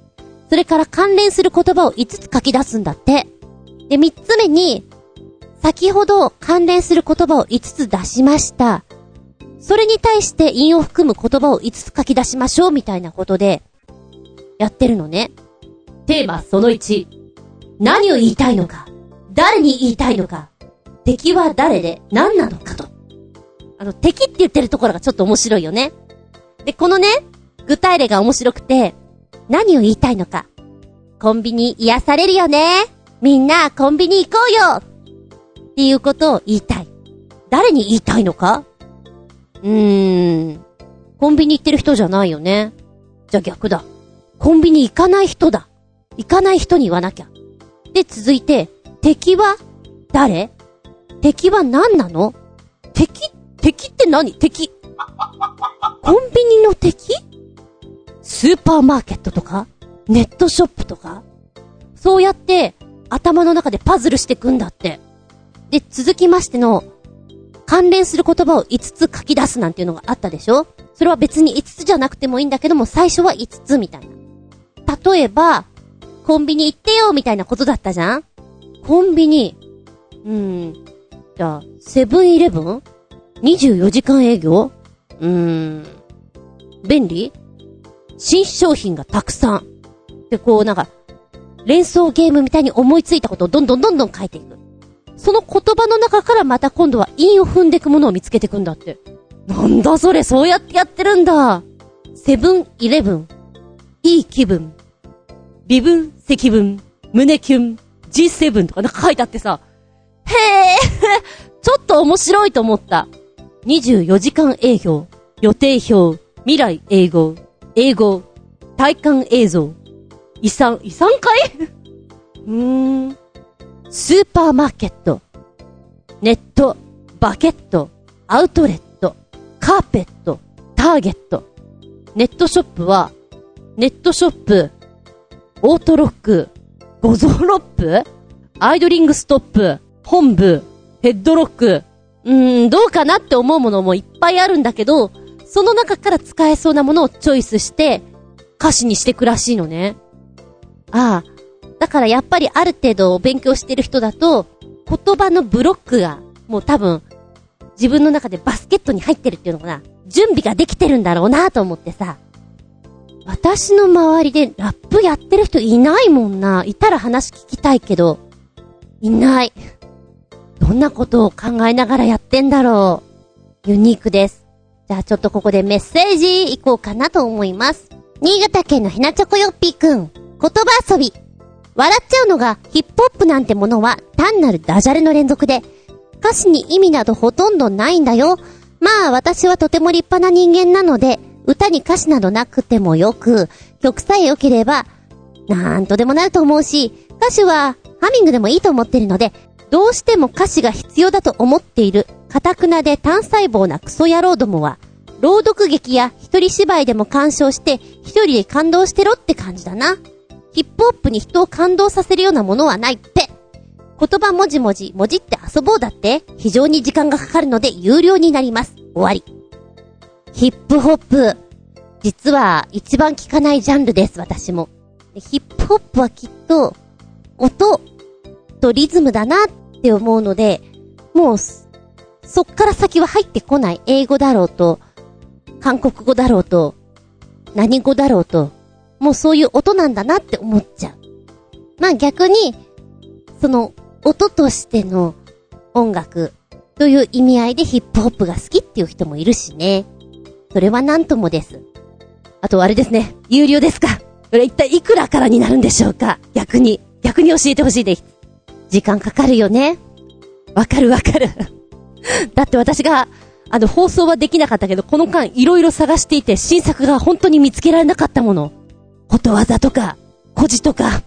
それから関連する言葉をいつつ書き出すんだって。で、みっつめに、先ほど関連する言葉をいつつ出しました。それに対して韻を含む言葉をいつつ書き出しましょうみたいなことで、やってるのね。テーマそのいち。何を言いたいのか。誰に言いたいのか。敵は誰で何なのかと。あの、敵って言ってるところがちょっと面白いよね。で、このね、具体例が面白くて、何を言いたいのか。コンビニ癒されるよね。みんなコンビニ行こうよっていうことを言いたい。誰に言いたいのか。うーん。コンビニ行ってる人じゃないよね。じゃあ逆だ。コンビニ行かない人だ。行かない人に言わなきゃ。で、続いて、敵は誰？敵は何なの？敵？敵って何？敵。コンビニの敵？スーパーマーケットとか？ネットショップとか？そうやって頭の中でパズルしてくんだって。で、続きましての関連する言葉をいつつ書き出すなんていうのがあったでしょ？それは別にいつつじゃなくてもいいんだけども、最初はいつつみたいな。例えば、コンビニ行ってよみたいなことだったじゃん？コンビニ。うーん。じゃあ、セブンイレブン ?にじゅうよじかん営業？うーん。便利？新商品がたくさん。で、こうなんか、連想ゲームみたいに思いついたことをどんどんどんどん書いていく。その言葉の中からまた今度は韻を踏んでいくものを見つけていくんだって。なんだそれ、そうやってやってるんだ。セブンイレブン。いい気分。微分、積分、胸キュン、ジーセブン とかなんか書いてあってさ。へーちょっと面白いと思った。にじゅうよじかん営業、予定表、未来英語、英語、体感映像、遺産、遺産会うーん。スーパーマーケット、ネット、バケット、アウトレット、カーペット、ターゲット。ネットショップは、ネットショップ、オートロック、ゴゾロップ、アイドリングストップ、本部、ヘッドロック。うーん、どうかなって思うものもいっぱいあるんだけど、その中から使えそうなものをチョイスして歌詞にしてくらしいのね。ああ、だからやっぱりある程度勉強してる人だと言葉のブロックがもう多分自分の中でバスケットに入ってるっていうのかな、準備ができてるんだろうなと思ってさ。私の周りでラップやってる人いないもんな。いたら話聞きたいけどいない。どんなことを考えながらやってんだろう。ユニークです。じゃあちょっとここでメッセージいこうかなと思います。新潟県のひなちょこよっぴーくん。言葉遊び。笑っちゃうのがヒップホップなんてものは単なるダジャレの連続で、歌詞に意味などほとんどないんだよ。まあ私はとても立派な人間なので、歌に歌詞などなくてもよく、曲さえ良ければなんとでもなると思うし、歌詞はハミングでもいいと思ってるので、どうしても歌詞が必要だと思っている堅くなで単細胞なクソ野郎どもは、朗読劇や一人芝居でも鑑賞して一人で感動してろって感じだな。ヒップホップに人を感動させるようなものはないって。言葉もじもじもじって遊ぼうだって非常に時間がかかるので有料になります。終わり。ヒップホップ、実は一番聞かないジャンルです。私も。ヒップホップはきっと音とリズムだなって思うので、もうそっから先は入ってこない。英語だろうと韓国語だろうと何語だろうと、もうそういう音なんだなって思っちゃう。まあ逆にその音としての音楽という意味合いでヒップホップが好きっていう人もいるしね。それはなんともです。あとあれですね、有料ですか。これ一体いくらからになるんでしょうか。逆に逆に教えてほしいです。時間かかるよね。わかるわかるだって私があの放送はできなかったけど、この間いろいろ探していて新作が本当に見つけられなかったもの、ことわざとか故事とか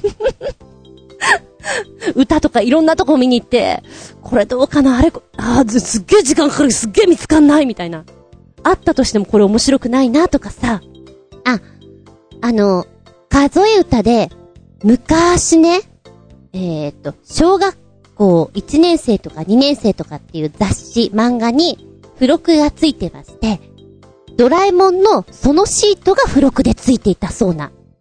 歌とかいろんなとこ見に行って、これどうかな、あれあーすっげえ時間かかる、すっげえ見つかんないみたいな、あったとしてもこれ面白くないなとかさ。あ、あの数え歌で昔ね、えーっと小学校いちねん生とかにねん生とかっていう雑誌漫画に付録がついてまして、ドラえもんのそのシートが付録でついていたそうな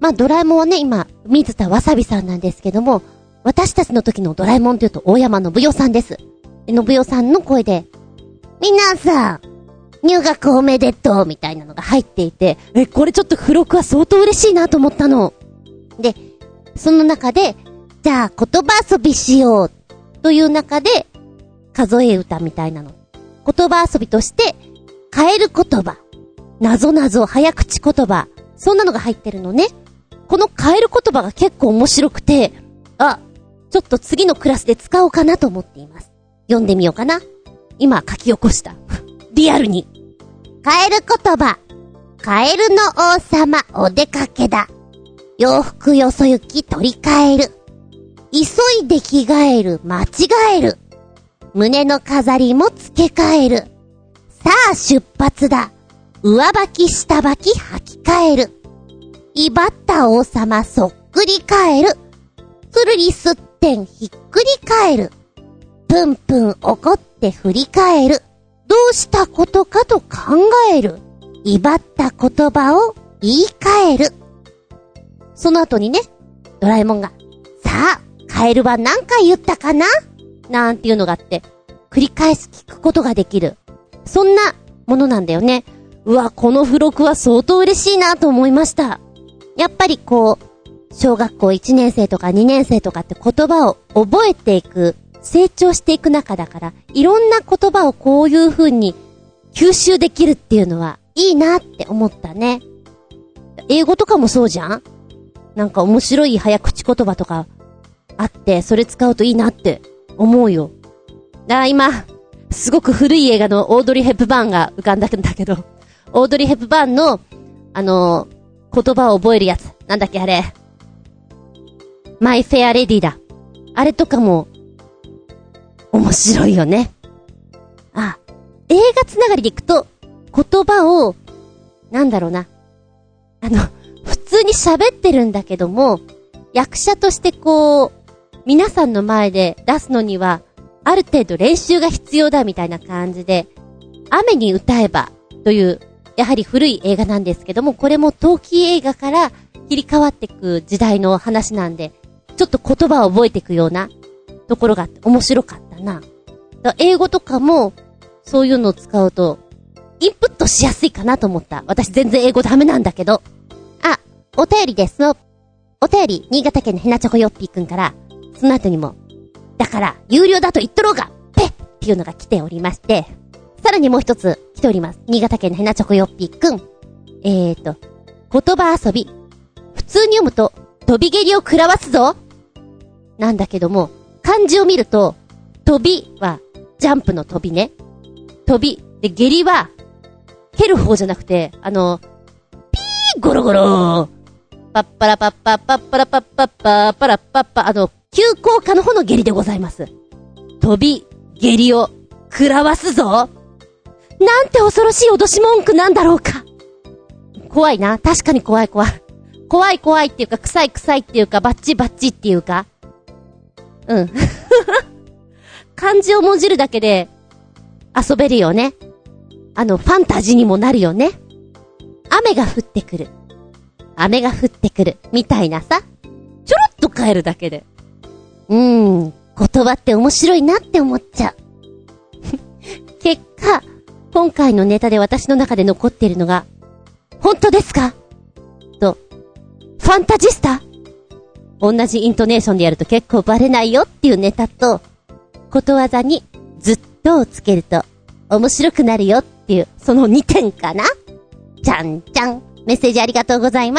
まあドラえもんはね、今、水田わさびさんなんですけども、私たちの時のドラえもんというと大山信代さんです。で、信代さんの声で、皆さん、入学おめでとうみたいなのが入っていて、え、これちょっと付録は相当嬉しいなと思ったの。で、その中で、じゃあ言葉遊びしようという中で、数え歌みたいなの。言葉遊びとして、変える言葉、なぞなぞ、早口言葉、そんなのが入ってるのね。この変える言葉が結構面白くて、あ、ちょっと次のクラスで使おうかなと思っています。読んでみようかな。今書き起こした。リアルに。変える言葉。カエルの王様お出かけだ。洋服よそ行き取り替える。急いで着替える間違える。胸の飾りも付け替える。さあ出発だ。上履き下履き履き替える。威張った王様そっくり変える。つるりすってんひっくり返る。ぷんぷん怒って振り返る。どうしたことかと考える。威張った言葉を言い換える。その後にね、ドラえもんが、さあ、カエルは何回言ったかななんていうのがあって、繰り返し聞くことができる。そんなものなんだよね。うわ、この付録は相当嬉しいなと思いました。やっぱりこう、小学校いちねん生とかにねん生とかって言葉を覚えていく、成長していく中だから、いろんな言葉をこういう風に吸収できるっていうのはいいなって思ったね。英語とかもそうじゃん？なんか面白い早口言葉とかあって、それ使うといいなって思うよ。だから今、すごく古い映画のオードリー・ヘップバーンが浮かんだんだけど、オードリー・ヘップバーンの、あのー、言葉を覚えるやつ。なんだっけあれ。マイ・フェア・レディだ。あれとかも、面白いよね。あ、映画つながりでいくと、言葉を、なんだろうな。あの、普通に喋ってるんだけども、役者としてこう、皆さんの前で出すのには、ある程度練習が必要だみたいな感じで、雨に歌えばという、やはり古い映画なんですけども、これも陶器映画から切り替わっていく時代の話なんで、ちょっと言葉を覚えていくようなところがあって面白かったな。だ英語とかも、そういうのを使うと、インプットしやすいかなと思った。私全然英語ダメなんだけど。あ、お便りですの。お便り、新潟県のヘナチョコヨッピーくんから、その後にも、だから、有料だと言っとろうがペッっていうのが来ておりまして、さらにもう一つ来ております。新潟県のヘナチョコヨッピーくん。えーと、言葉遊び。普通に読むと、飛び蹴りを食らわすぞなんだけども、漢字を見ると、飛びは、ジャンプの飛びね。飛び。で、蹴りは、蹴る方じゃなくて、あの、ピーゴロゴロパッパラパッパッパッパラパッパッパーパラパッパ、あの、急降下の方の蹴りでございます。飛び、蹴りを、食らわすぞなんて恐ろしい脅し文句なんだろうか。怖いな。確かに怖い怖い。怖い怖いっていうか、臭い臭いっていうか、バッチバッチっていうか。うん。漢字をもじるだけで、遊べるよね。あの、ファンタジーにもなるよね。雨が降ってくる。雨が降ってくる。みたいなさ。ちょろっと変えるだけで。うーん、言葉って面白いなって思っちゃう。結果、今回のネタで私の中で残っているのが、本当ですかと、ファンタジスタ同じイントネーションでやると結構バレないよっていうネタと、ことわざにずっとをつけると面白くなるよっていう、そのにてんかな。じゃんじゃん。メッセージありがとうございます。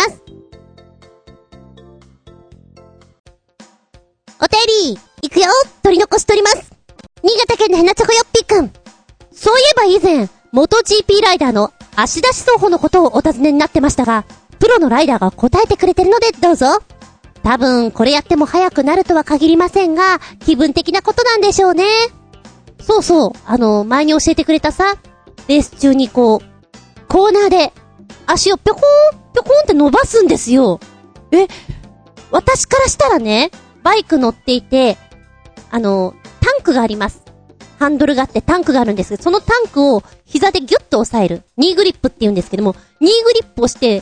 お便り、いくよ。取り残しとります。新潟県のヘナチョコヨッピーくん。そういえば以前、元 ジーピー ライダーの足出し走歩のことをお尋ねになってましたが、プロのライダーが答えてくれてるのでどうぞ。多分これやっても速くなるとは限りませんが、気分的なことなんでしょうね。そうそう、あの、前に教えてくれたさ、レース中にこう、コーナーで、足をぴょこーん、ぴょこーんって伸ばすんですよ。え、私からしたらね、バイク乗っていて、あの、タンクがあります。ハンドルがあってタンクがあるんですけど、そのタンクを膝でギュッと押さえる。ニーグリップって言うんですけども、ニーグリップをして、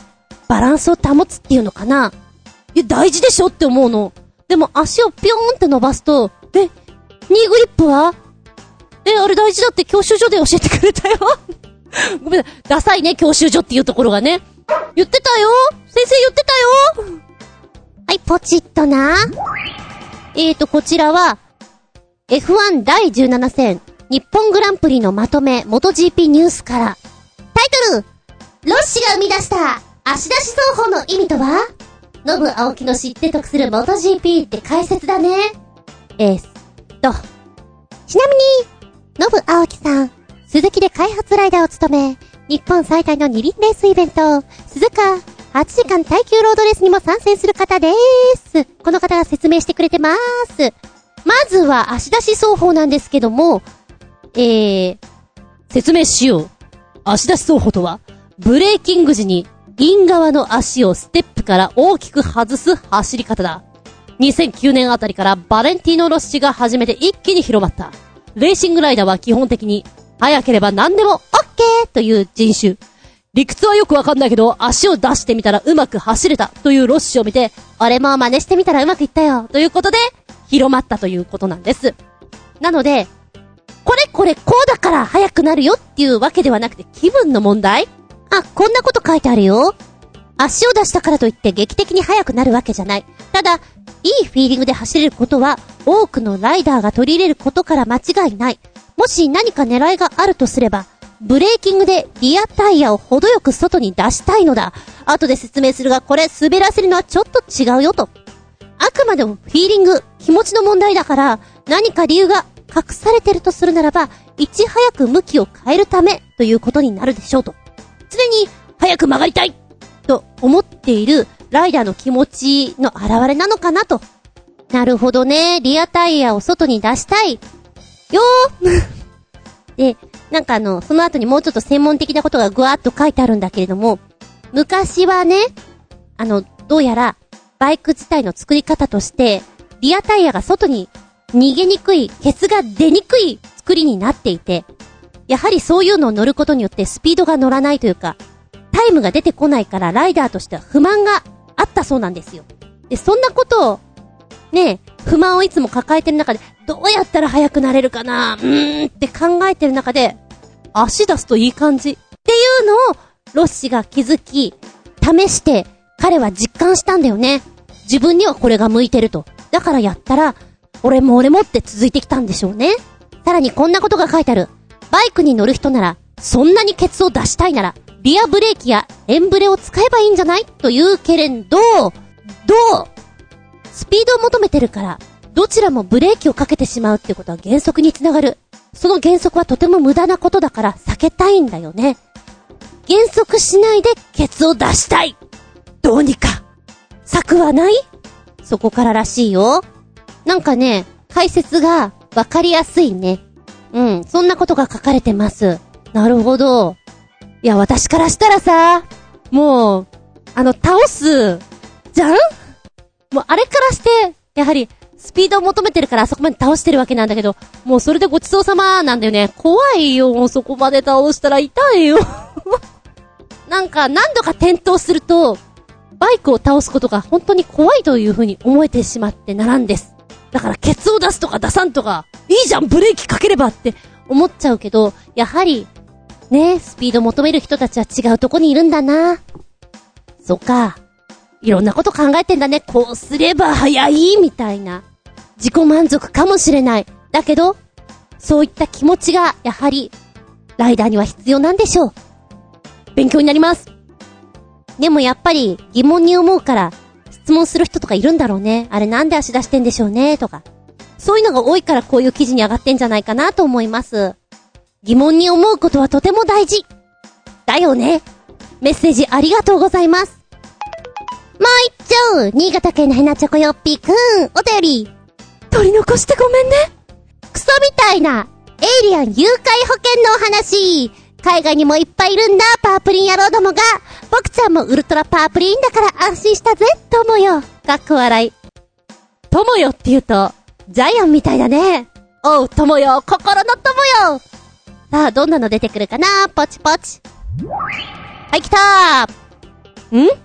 バランスを保つっていうのかな。いや、大事でしょって思うの。でも足をピョーンって伸ばすと、え、ニーグリップはえ、あれ大事だって教習所で教えてくれたよ。ごめんなさい。ダサいね、教習所っていうところがね。言ってたよ。先生言ってたよ。はい、ポチッとな。えーと、こちらは、エフワン だいじゅうなな戦、日本グランプリのまとめ、モトジーピー ニュースから。タイトル、ロッシが生み出した足出し奏法の意味とは？ノブ青木の知って得する モトジーピー って解説だね。えーっと。ちなみに、ノブ青木さん、鈴木で開発ライダーを務め、日本最大の二輪レースイベント、鈴鹿はちじかん耐久ロードレースにも参戦する方でーす。この方が説明してくれてまーす。まずは足出し奏法なんですけども、えー、説明しよう。足出し奏法とは、ブレーキング時に、イン側の足をステップから大きく外す走り方だ。にせんきゅうねんあたりからバレンティーノ・ロッシが始めて一気に広まった。レーシングライダーは基本的に、速ければ何でもオッケーという人種。理屈はよくわかんないけど、足を出してみたらうまく走れたというロッシを見て、俺も真似してみたらうまくいったよということで、広まったということなんです。なので、これこれこうだから速くなるよっていうわけではなくて気分の問題？あ、こんなこと書いてあるよ。足を出したからといって劇的に速くなるわけじゃない。ただ、いいフィーリングで走れることは多くのライダーが取り入れることから間違いない。もし何か狙いがあるとすれば、ブレーキングでリアタイヤを程よく外に出したいのだ。後で説明するが、これ滑らせるのはちょっと違うよと。あくまでもフィーリング、気持ちの問題だから、何か理由が隠されてるとするならば、いち早く向きを変えるためということになるでしょうと。常に早く曲がりたいと思っているライダーの気持ちの表れなのかなと。なるほどね。リアタイヤを外に出したい。よーで、なんかあの、その後にもうちょっと専門的なことがぐわーっと書いてあるんだけれども、昔はね、あの、どうやら、バイク自体の作り方として、リアタイヤが外に逃げにくい、ケツが出にくい作りになっていて、やはりそういうのを乗ることによってスピードが乗らないというか、タイムが出てこないからライダーとしては不満があったそうなんですよ。で、そんなことを、ね、不満をいつも抱えてる中で、どうやったら速くなれるかなうーんって考えてる中で、足出すといい感じっていうのをロッシが気づき、試して彼は実感したんだよね。自分にはこれが向いてると。だからやったら、俺も俺もって続いてきたんでしょうね。さらにこんなことが書いてある。バイクに乗る人なら、そんなにケツを出したいなら、リアブレーキやエンブレを使えばいいんじゃないというけれど、どうスピードを求めてるから、どちらもブレーキをかけてしまうってことは減速につながる。その減速はとても無駄なことだから避けたいんだよね。減速しないでケツを出したい。どうにか策はない？そこかららしいよ。なんかね、解説がわかりやすいね。うん、そんなことが書かれてます。なるほど。いや、私からしたらさ、もう、あの、倒す、じゃん？もうあれからして、やはり、スピードを求めてるからあそこまで倒してるわけなんだけど、もうそれでごちそうさまなんだよね。怖いよ、もうそこまで倒したら痛いよ。なんか何度か転倒すると、バイクを倒すことが本当に怖いという風に思えてしまってならんです。だからケツを出すとか出さんとか、いいじゃんブレーキかければって思っちゃうけど、やはり、ね、スピードを求める人たちは違うとこにいるんだな。そっか。いろんなこと考えてんだね。こうすれば早いみたいな。自己満足かもしれない。だけど、そういった気持ちが、やはり、ライダーには必要なんでしょう。勉強になります。でもやっぱり、疑問に思うから、質問する人とかいるんだろうね。あれなんで足出してんでしょうね、とか。そういうのが多いからこういう記事に上がってんじゃないかなと思います。疑問に思うことはとても大事。だよね。メッセージありがとうございます。もう一丁、新潟県のヘナチョコヨッピーくん、お便り。取り残してごめんね。クソみたいな、エイリアン誘拐保険のお話。海外にもいっぱいいるんだ、パープリン野郎どもが。僕ちゃんもウルトラパープリンだから安心したぜ、友よ。かっこ笑い。友よって言うと、ジャイアンみたいだね。おう、友よ、心の友よ。さあ、どんなの出てくるかな、ポチポチ。はい、来たー。ん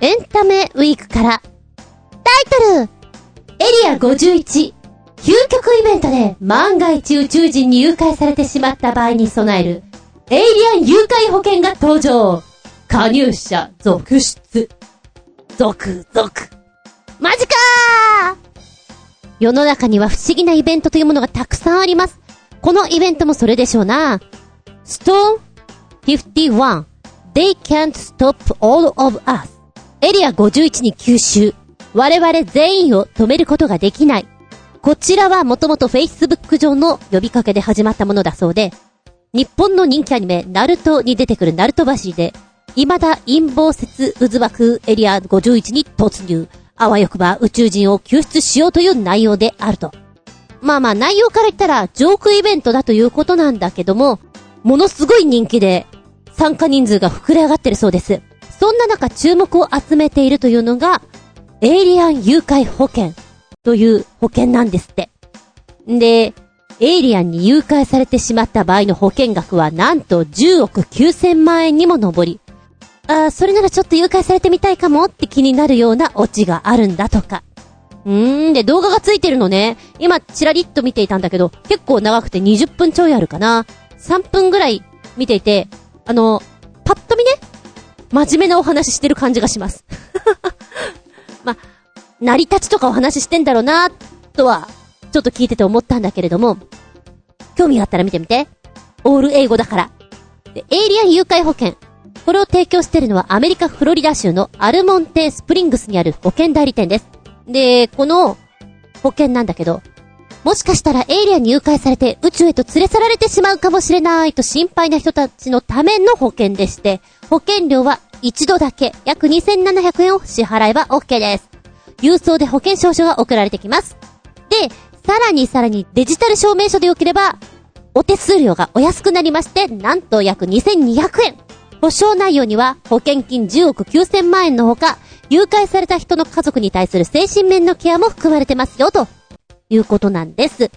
エンタメウィークから、タイトル、エリアごじゅういち、究極イベントで万が一宇宙人に誘拐されてしまった場合に備える、エイリアン誘拐保険が登場。加入者続出。続々。マジかー！世の中には不思議なイベントというものがたくさんあります。このイベントもそれでしょうな。ストーンごじゅういち They can't stop all of us。エリアごじゅういちに吸収。我々全員を止めることができない。こちらはもともと Facebook 上の呼びかけで始まったものだそうで、日本の人気アニメ、ナルトに出てくるナルト橋で、未だ陰謀説渦巻くエリアごじゅういちに突入。あわよくば宇宙人を救出しようという内容であると。まあまあ内容から言ったらジョークイベントだということなんだけども、ものすごい人気で参加人数が膨れ上がってるそうです。そんな中注目を集めているというのが、エイリアン誘拐保険という保険なんですって。で、エイリアンに誘拐されてしまった場合の保険額はなんとじゅうおくきゅうせんまんえんにも上り、あー、それならちょっと誘拐されてみたいかもって気になるようなオチがあるんだとか。うーん、で、動画がついてるのね。今、チラリッと見ていたんだけど、結構長くてにじゅっぷんちょいあるかな。さんぷんぐらい見ていて、あの、パッと見ね、真面目なお話してる感じがします。ま、成り立ちとかお話してんだろうな、とは、ちょっと聞いてて思ったんだけれども、興味があったら見てみて。オール英語だから。で、エイリアン誘拐保険。これを提供しているのはアメリカフロリダ州のアルモンテスプリングスにある保険代理店です。で、この保険なんだけど、もしかしたらエイリアンに誘拐されて宇宙へと連れ去られてしまうかもしれないと心配な人たちのための保険でして、保険料は一度だけ約にせんななひゃくえんを支払えば OK です。郵送で保険証書が送られてきます。で、さらにさらにデジタル証明書でよければ、お手数料がお安くなりまして、なんと約にせんにひゃくえん。保証内容には保険金じゅうおくきゅうせんまんえんのほか、誘拐された人の家族に対する精神面のケアも含まれてますよ、ということなんです。で、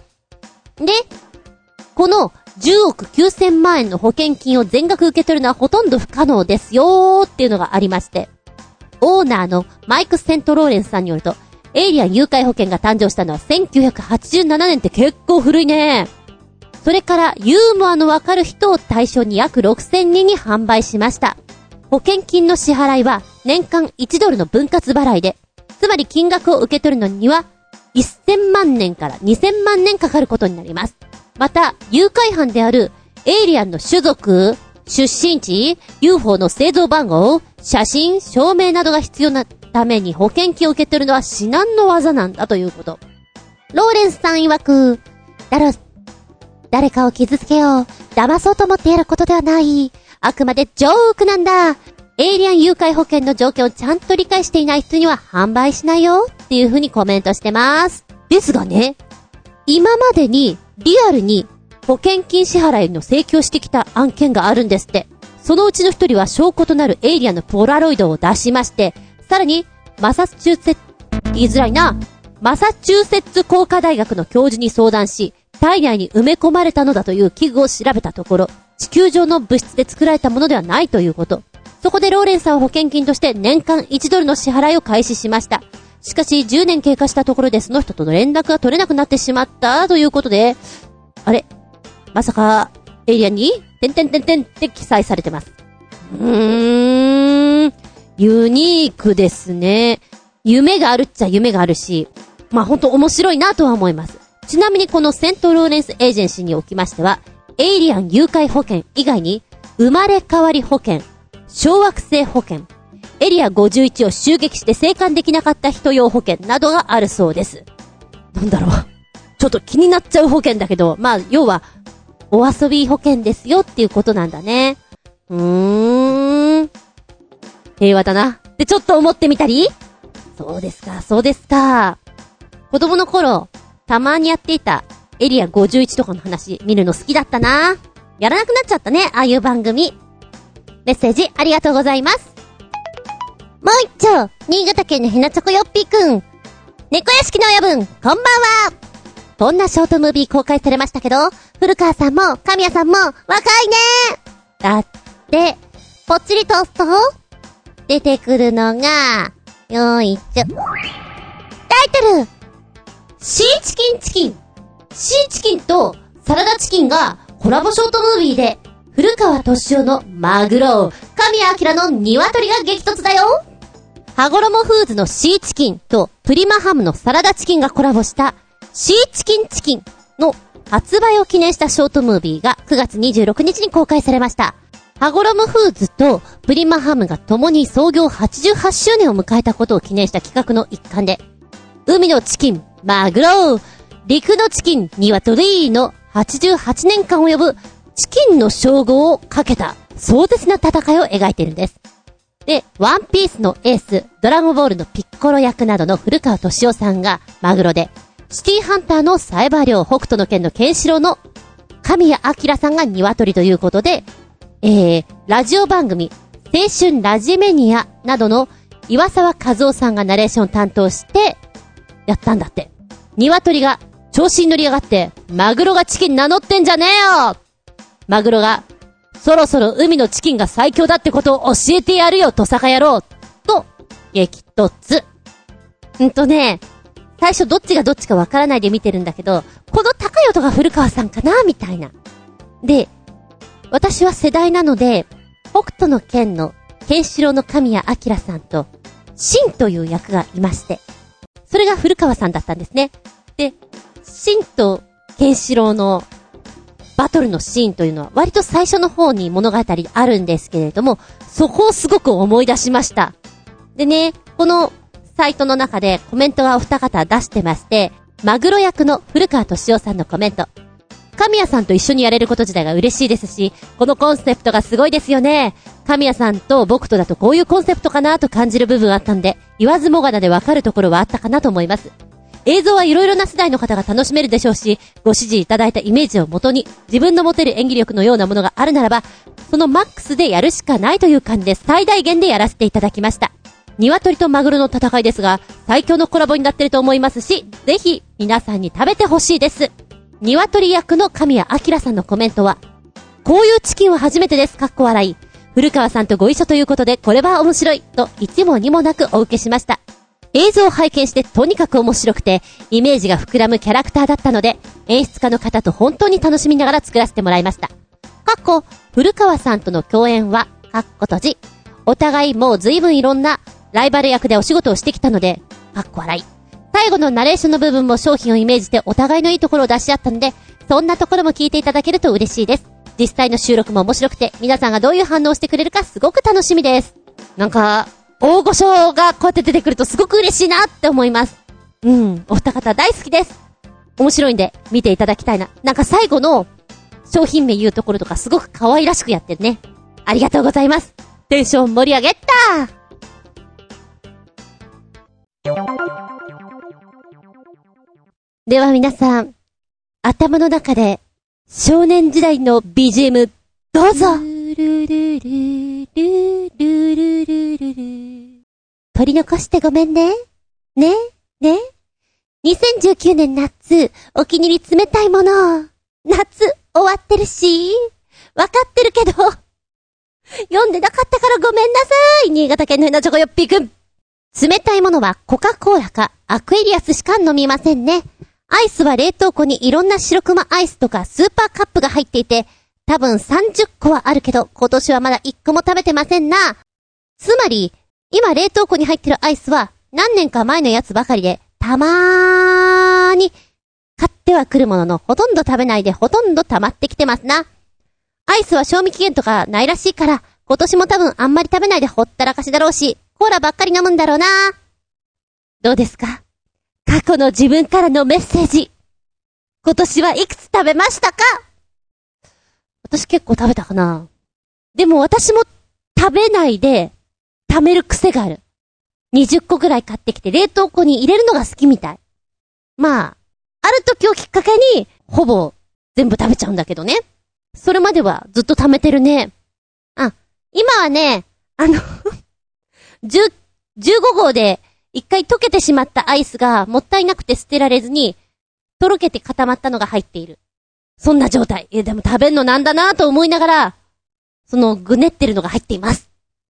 このじゅうおくきゅうせんまんえんの保険金を全額受け取るのはほとんど不可能ですよーっていうのがありまして、オーナーのマイク・セントローレンスさんによると、エイリアン誘拐保険が誕生したのはせんきゅうひゃくはちじゅうななねんって結構古いね。それからユーモアのわかる人を対象に約ろくせんにんに販売しました。保険金の支払いは年間いちドルの分割払いで、つまり金額を受け取るのにはせんまんねんからにせんまんねんかかることになります。また、誘拐犯であるエイリアンの種族、出身地、ユーフォー の製造番号、写真、証明などが必要なために保険金を受け取るのは至難の技なんだということ。ローレンスさん曰く、だろ、誰かを傷つけよう、騙そうと思ってやることではない。あくまでジョークなんだ。エイリアン誘拐保険の条件をちゃんと理解していない人には販売しないよっていう風にコメントしてます。ですがね、今までにリアルに保険金支払いの請求をしてきた案件があるんですって。そのうちの一人は証拠となるエイリアンのポラロイドを出しまして、さらにマサチューセッツ、言いづらいな、マサチューセッツ工科大学の教授に相談し、体内に埋め込まれたのだという器具を調べたところ、地球上の物質で作られたものではないということ。そこでローレンさんは保険金として年間いちドルの支払いを開始しました。しかしじゅうねん経過したところでその人との連絡が取れなくなってしまったということで、あれまさかエイリアンにてんてんてんてんって記載されてます。うーん、ユニークですね。夢があるっちゃ夢があるし、まあほんと面白いなとは思います。ちなみにこのセントローレンスエージェンシーにおきましては、エイリアン誘拐保険以外に生まれ変わり保険、小惑星保険、エリアごじゅういちを襲撃して生還できなかった人用保険などがあるそうです。なんだろう、ちょっと気になっちゃう保険だけど、まあ要はお遊び保険ですよっていうことなんだね。うーん、平和だなってちょっと思ってみたり。そうですか、そうですか。子供の頃たまにやっていたエリアごじゅういちとかの話見るの好きだったな。やらなくなっちゃったね、ああいう番組。メッセージありがとうございます。もう一丁、新潟県のひなちょこよっぴーくん。猫屋敷の親分、こんばんは。こんなショートムービー公開されましたけど、古川さんも神谷さんも若いね。だって、ぽっちりと押すと、 出てくるのが、よいしょ。タイトルシーチキンチキン。シーチキンとサラダチキンがコラボショートムービーで、古川敏夫のマグロ、神谷明の鶏が激突だよ。羽衣フーズのシーチキンとプリマハムのサラダチキンがコラボしたシーチキンチキンの発売を記念したショートムービーがくがつにじゅうろくにちに公開されました。羽衣フーズとプリマハムが共に創業はちじゅうはちしゅうねんを迎えたことを記念した企画の一環で、海のチキン、マグロ、陸のチキン、鶏のはちじゅうはちねんかんを呼ぶチキンの称号をかけた壮絶な戦いを描いているんです。で、ワンピースのエース、ドラゴンボールのピッコロ役などの古川敏夫さんがマグロで、シティハンターのサイバー領、北斗の拳のケンシロウの神谷明さんが鶏ということで、えー、ラジオ番組、青春ラジメニアなどの岩沢和夫さんがナレーションを担当して、やったんだって。鶏が調子に乗り上がって、マグロがチキン名乗ってんじゃねえよ！マグロが、そろそろ海のチキンが最強だってことを教えてやるよ、トサカ野郎と、激突。んとね、最初どっちがどっちかわからないで見てるんだけど、この高い音が古川さんかなみたいな。で、私は世代なので、北斗の拳のケンシロウの神谷明さんと、シンという役がいまして、それが古川さんだったんですね。で、シンとケンシロウのバトルのシーンというのは割と最初の方に物語あるんですけれども、そこをすごく思い出しました。でね、このサイトの中でコメントがお二方出してまして、マグロ役の古川敏夫さんのコメント。神谷さんと一緒にやれること自体が嬉しいですし、このコンセプトがすごいですよね。神谷さんと僕とだとこういうコンセプトかなと感じる部分あったんで、言わずもがなでわかるところはあったかなと思います。映像はいろいろな世代の方が楽しめるでしょうし、ご指示いただいたイメージをもとに自分の持てる演技力のようなものがあるならば、そのマックスでやるしかないという感じで最大限でやらせていただきました。鶏とマグロの戦いですが、最強のコラボになっていると思いますし、ぜひ皆さんに食べてほしいです。鶏役の神谷明さんのコメントは、こういうチキンは初めてです。かっこ笑い。古川さんとご一緒ということで、これは面白いと一も二もなくお受けしました。映像を拝見してとにかく面白くて、イメージが膨らむキャラクターだったので、演出家の方と本当に楽しみながら作らせてもらいました。かっこ、古川さんとの共演は、かっこ閉じ。お互いもう随分いろんなライバル役でお仕事をしてきたので、かっこ笑い。最後のナレーションの部分も商品をイメージしてお互いのいいところを出し合ったので、そんなところも聞いていただけると嬉しいです。実際の収録も面白くて、皆さんがどういう反応をしてくれるかすごく楽しみです。なんか、大御所がこうやって出てくるとすごく嬉しいなって思います。うん、お二方大好きです。面白いんで見ていただきたいな。なんか最後の商品名言うところとかすごく可愛らしくやってるね。ありがとうございます。テンション盛り上げたでは皆さん、頭の中で少年時代の ビージーエム どうぞ。取り残してごめんね。ね、ね。にせんじゅうきゅうねん夏、お気に入り冷たいもの。夏終わってるし、わかってるけど、読んでなかったからごめんなさい。新潟県のヘナチョコヨッピーくん。冷たいものはコカ・コーラかアクエリアスしか飲みませんね。アイスは冷凍庫にいろんな白熊アイスとかスーパーカップが入っていて、多分さんじゅっこはあるけど、今年はまだいっこも食べてませんな。つまり、今冷凍庫に入ってるアイスは何年か前のやつばかりで、たまーに買ってはくるもののほとんど食べないでほとんど溜まってきてますな。アイスは賞味期限とかないらしいから、今年も多分あんまり食べないでほったらかしだろうし、コーラばっかり飲むんだろうな。どうですか？過去の自分からのメッセージ。今年はいくつ食べましたか？私結構食べたかな。でも私も食べないで貯める癖がある。にじゅっこぐらい買ってきて冷凍庫に入れるのが好きみたい。まあ、ある時をきっかけにほぼ全部食べちゃうんだけどね。それまではずっと貯めてるね。あ、今はね、あの、じゅう、じゅうごごうで一回溶けてしまったアイスがもったいなくて捨てられずに、とろけて固まったのが入っている。そんな状態。え、でも食べんのなんだなと思いながら、そのぐねってるのが入っています。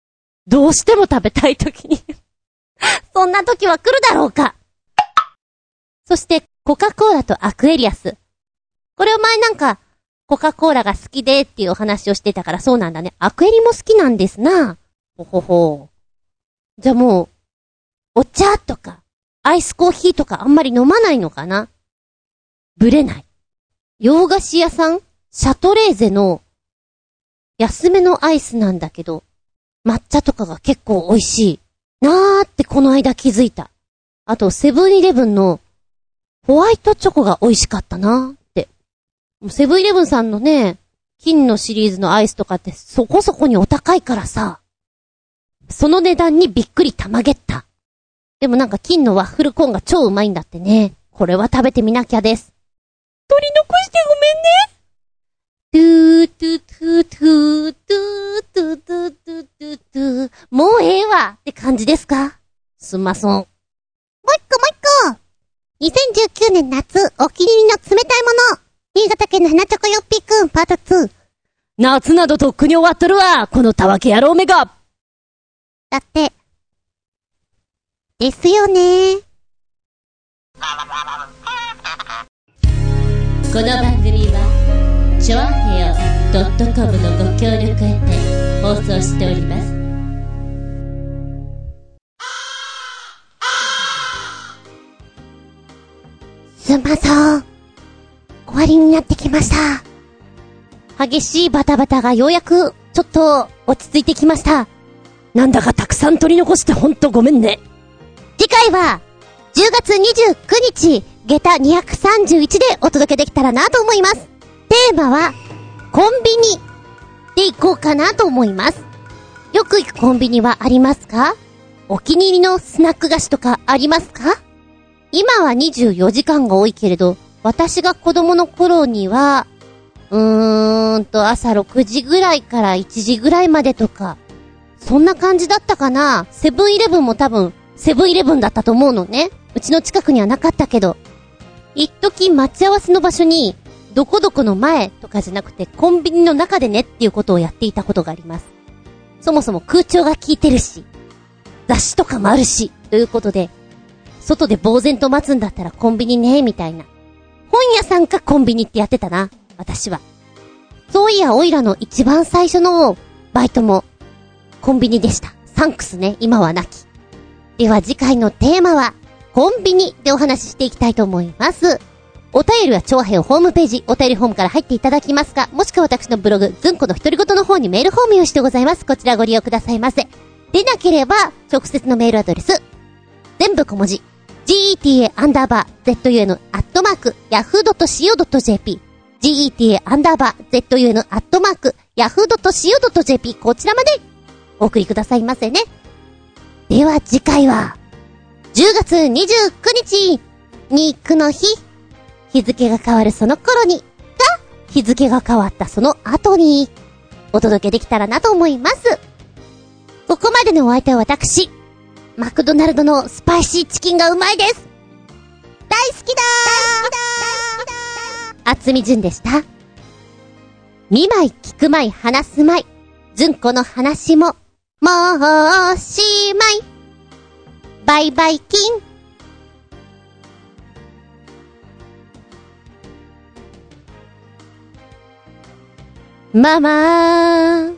どうしても食べたい時に。そんな時は来るだろうか。そして、コカ・コーラとアクエリアス。これお前なんか、コカ・コーラが好きでっていうお話をしてたからそうなんだね。アクエリも好きなんですな。ほほほ。じゃあもう、お茶とか、アイスコーヒーとかあんまり飲まないのかな？ぶれない。洋菓子屋さん？シャトレーゼの安めのアイスなんだけど、抹茶とかが結構美味しいなーってこの間気づいた。あとセブンイレブンのホワイトチョコが美味しかったなーって。セブンイレブンさんのね、金のシリーズのアイスとかってそこそこにお高いからさ、その値段にびっくりたまげった。でもなんか金のワッフルコーンが超うまいんだってね。これは食べてみなきゃです。取り残してごめんね。トゥートゥトゥトゥトゥトゥトゥトゥトゥもうええわって感じですか？すんまそん。もう一個もう一個。にせんじゅうきゅうねん夏、お気に入りの冷たいもの。新潟県の花チョコヨッピーくん、パートツー。 夏などとっくに終わっとるわ、このたわけ野郎めが。 だって。ですよね。 この番組はチョアヘオ .com のご協力へて放送しております。 すんまそん、終わりになってきました。 激しいバタバタがようやくちょっと落ち着いてきました。なんだかたくさん取り残してほんとごめんね。 次回はじゅうがつにじゅうくにち下駄にひゃくさんじゅういちでお届けできたらなと思います。テーマはコンビニで行こうかなと思います。よく行くコンビニはありますか？お気に入りのスナック菓子とかありますか？今はにじゅうよじかんが多いけれど、私が子供の頃にはうーんと朝ろくじぐらいからいちじぐらいまでとか、そんな感じだったかな。セブンイレブンも多分セブンイレブンだったと思うのね。うちの近くにはなかったけど、一時待ち合わせの場所にどこどこの前とかじゃなくてコンビニの中でねっていうことをやっていたことがあります。そもそも空調が効いてるし、雑誌とかもあるしということで、外で呆然と待つんだったらコンビニねみたいな。本屋さんかコンビニってやってたな、私は。そういやオイラの一番最初のバイトもコンビニでした。サンクスね、今はなき。では次回のテーマはコンビニでお話ししていきたいと思います。お便りは超平ホームページ、お便りフォームから入っていただきますか、もしくは私のブログ、ずんこの独り言の方にメールフォーム用意してございます。こちらご利用くださいませ。でなければ、直接のメールアドレス、全部小文字、geta アンダーバー zun アットマーク yahoo.co.jp geta アンダーバー zun アットマーク yahoo.co.jp こちらまでお送りくださいませね。では次回は、じゅうがつにじゅうくにち、肉の日。日付が変わるその頃に、か、日付が変わったその後に、お届けできたらなと思います。ここまでのお相手は私、マクドナルドのスパイシーチキンがうまいです。大好きだー大好きだーあつみじゅんでした。見舞い聞く舞い話す舞い、ずんこの話も、もうしまい。バイバイキン。ママー。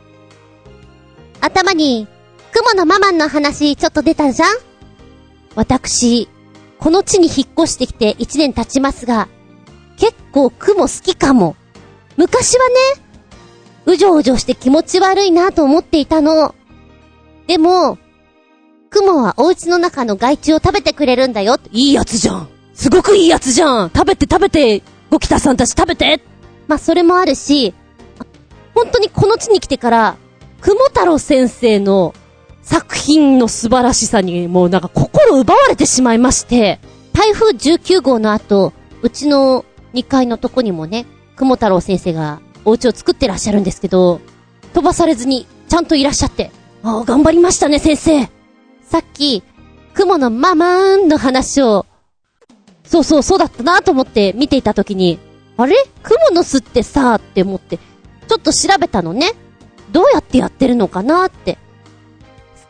頭に、雲のママンの話ちょっと出たじゃん？私、この地に引っ越してきて一年経ちますが、結構雲好きかも。昔はね、うじょうじょして気持ち悪いなと思っていたの。でも、雲はお家の中の害虫を食べてくれるんだよ。 いいやつじゃん。すごくいいやつじゃん。食べて食べて、ゴキタさんたち食べて。 まあ、それもあるし、 本当にこの地に来てから、雲太郎先生の作品の素晴らしさにもうなんか心奪われてしまいまして、 台風じゅうきゅうごうの後、うちのにかいのとこにもね、雲太郎先生がお家を作ってらっしゃるんですけど、 飛ばされずにちゃんといらっしゃって、ああ、頑張りましたね先生。 さっき、雲のママーンの話を、 そうそうそうだったなと思って見ていたときに、あれ？雲の巣ってさーって思って、ちょっと調べたのね。どうやってやってるのかなって。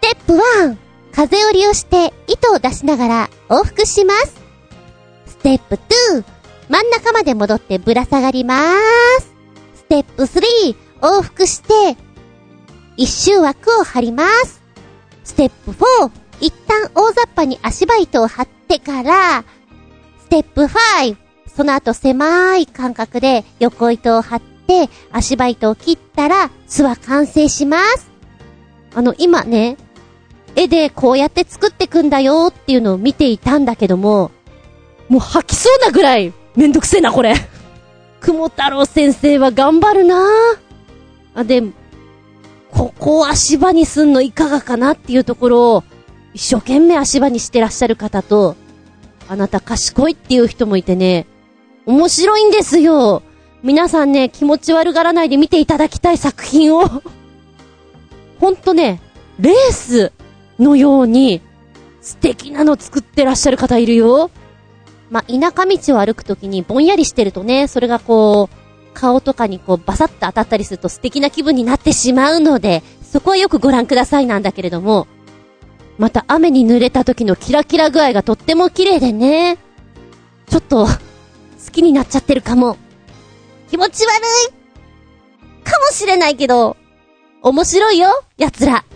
テップワン、風を利用して糸を出しながら往復します。ステップツー、真ん中まで戻ってぶら下がります。ステップスリー、往復して一周枠を張ります。ステップフォー、一旦大雑把に足場糸を張ってから、ステップファイブ、その後狭い間隔で横糸を張って足場糸を切ったら巣は完成します。あの今ね、絵でこうやって作ってくんだよっていうのを見ていたんだけども、もう吐きそうなぐらいめんどくせえなこれ。雲太郎先生は頑張るなあ。で、ここを足場にすんのいかがかなっていうところを一生懸命足場にしてらっしゃる方と、あなた賢いっていう人もいてね、面白いんですよ。皆さんね、気持ち悪がらないで見ていただきたい作品をほんとね、レースのように素敵なの作ってらっしゃる方いるよ。まあ、田舎道を歩くときにぼんやりしてるとね、それがこう顔とかにこうバサッと当たったりすると素敵な気分になってしまうので、そこはよくご覧くださいなんだけれども、また雨に濡れた時のキラキラ具合がとっても綺麗でね、ちょっと好きになっちゃってるかも。気持ち悪いかもしれないけど面白いよ、奴ら。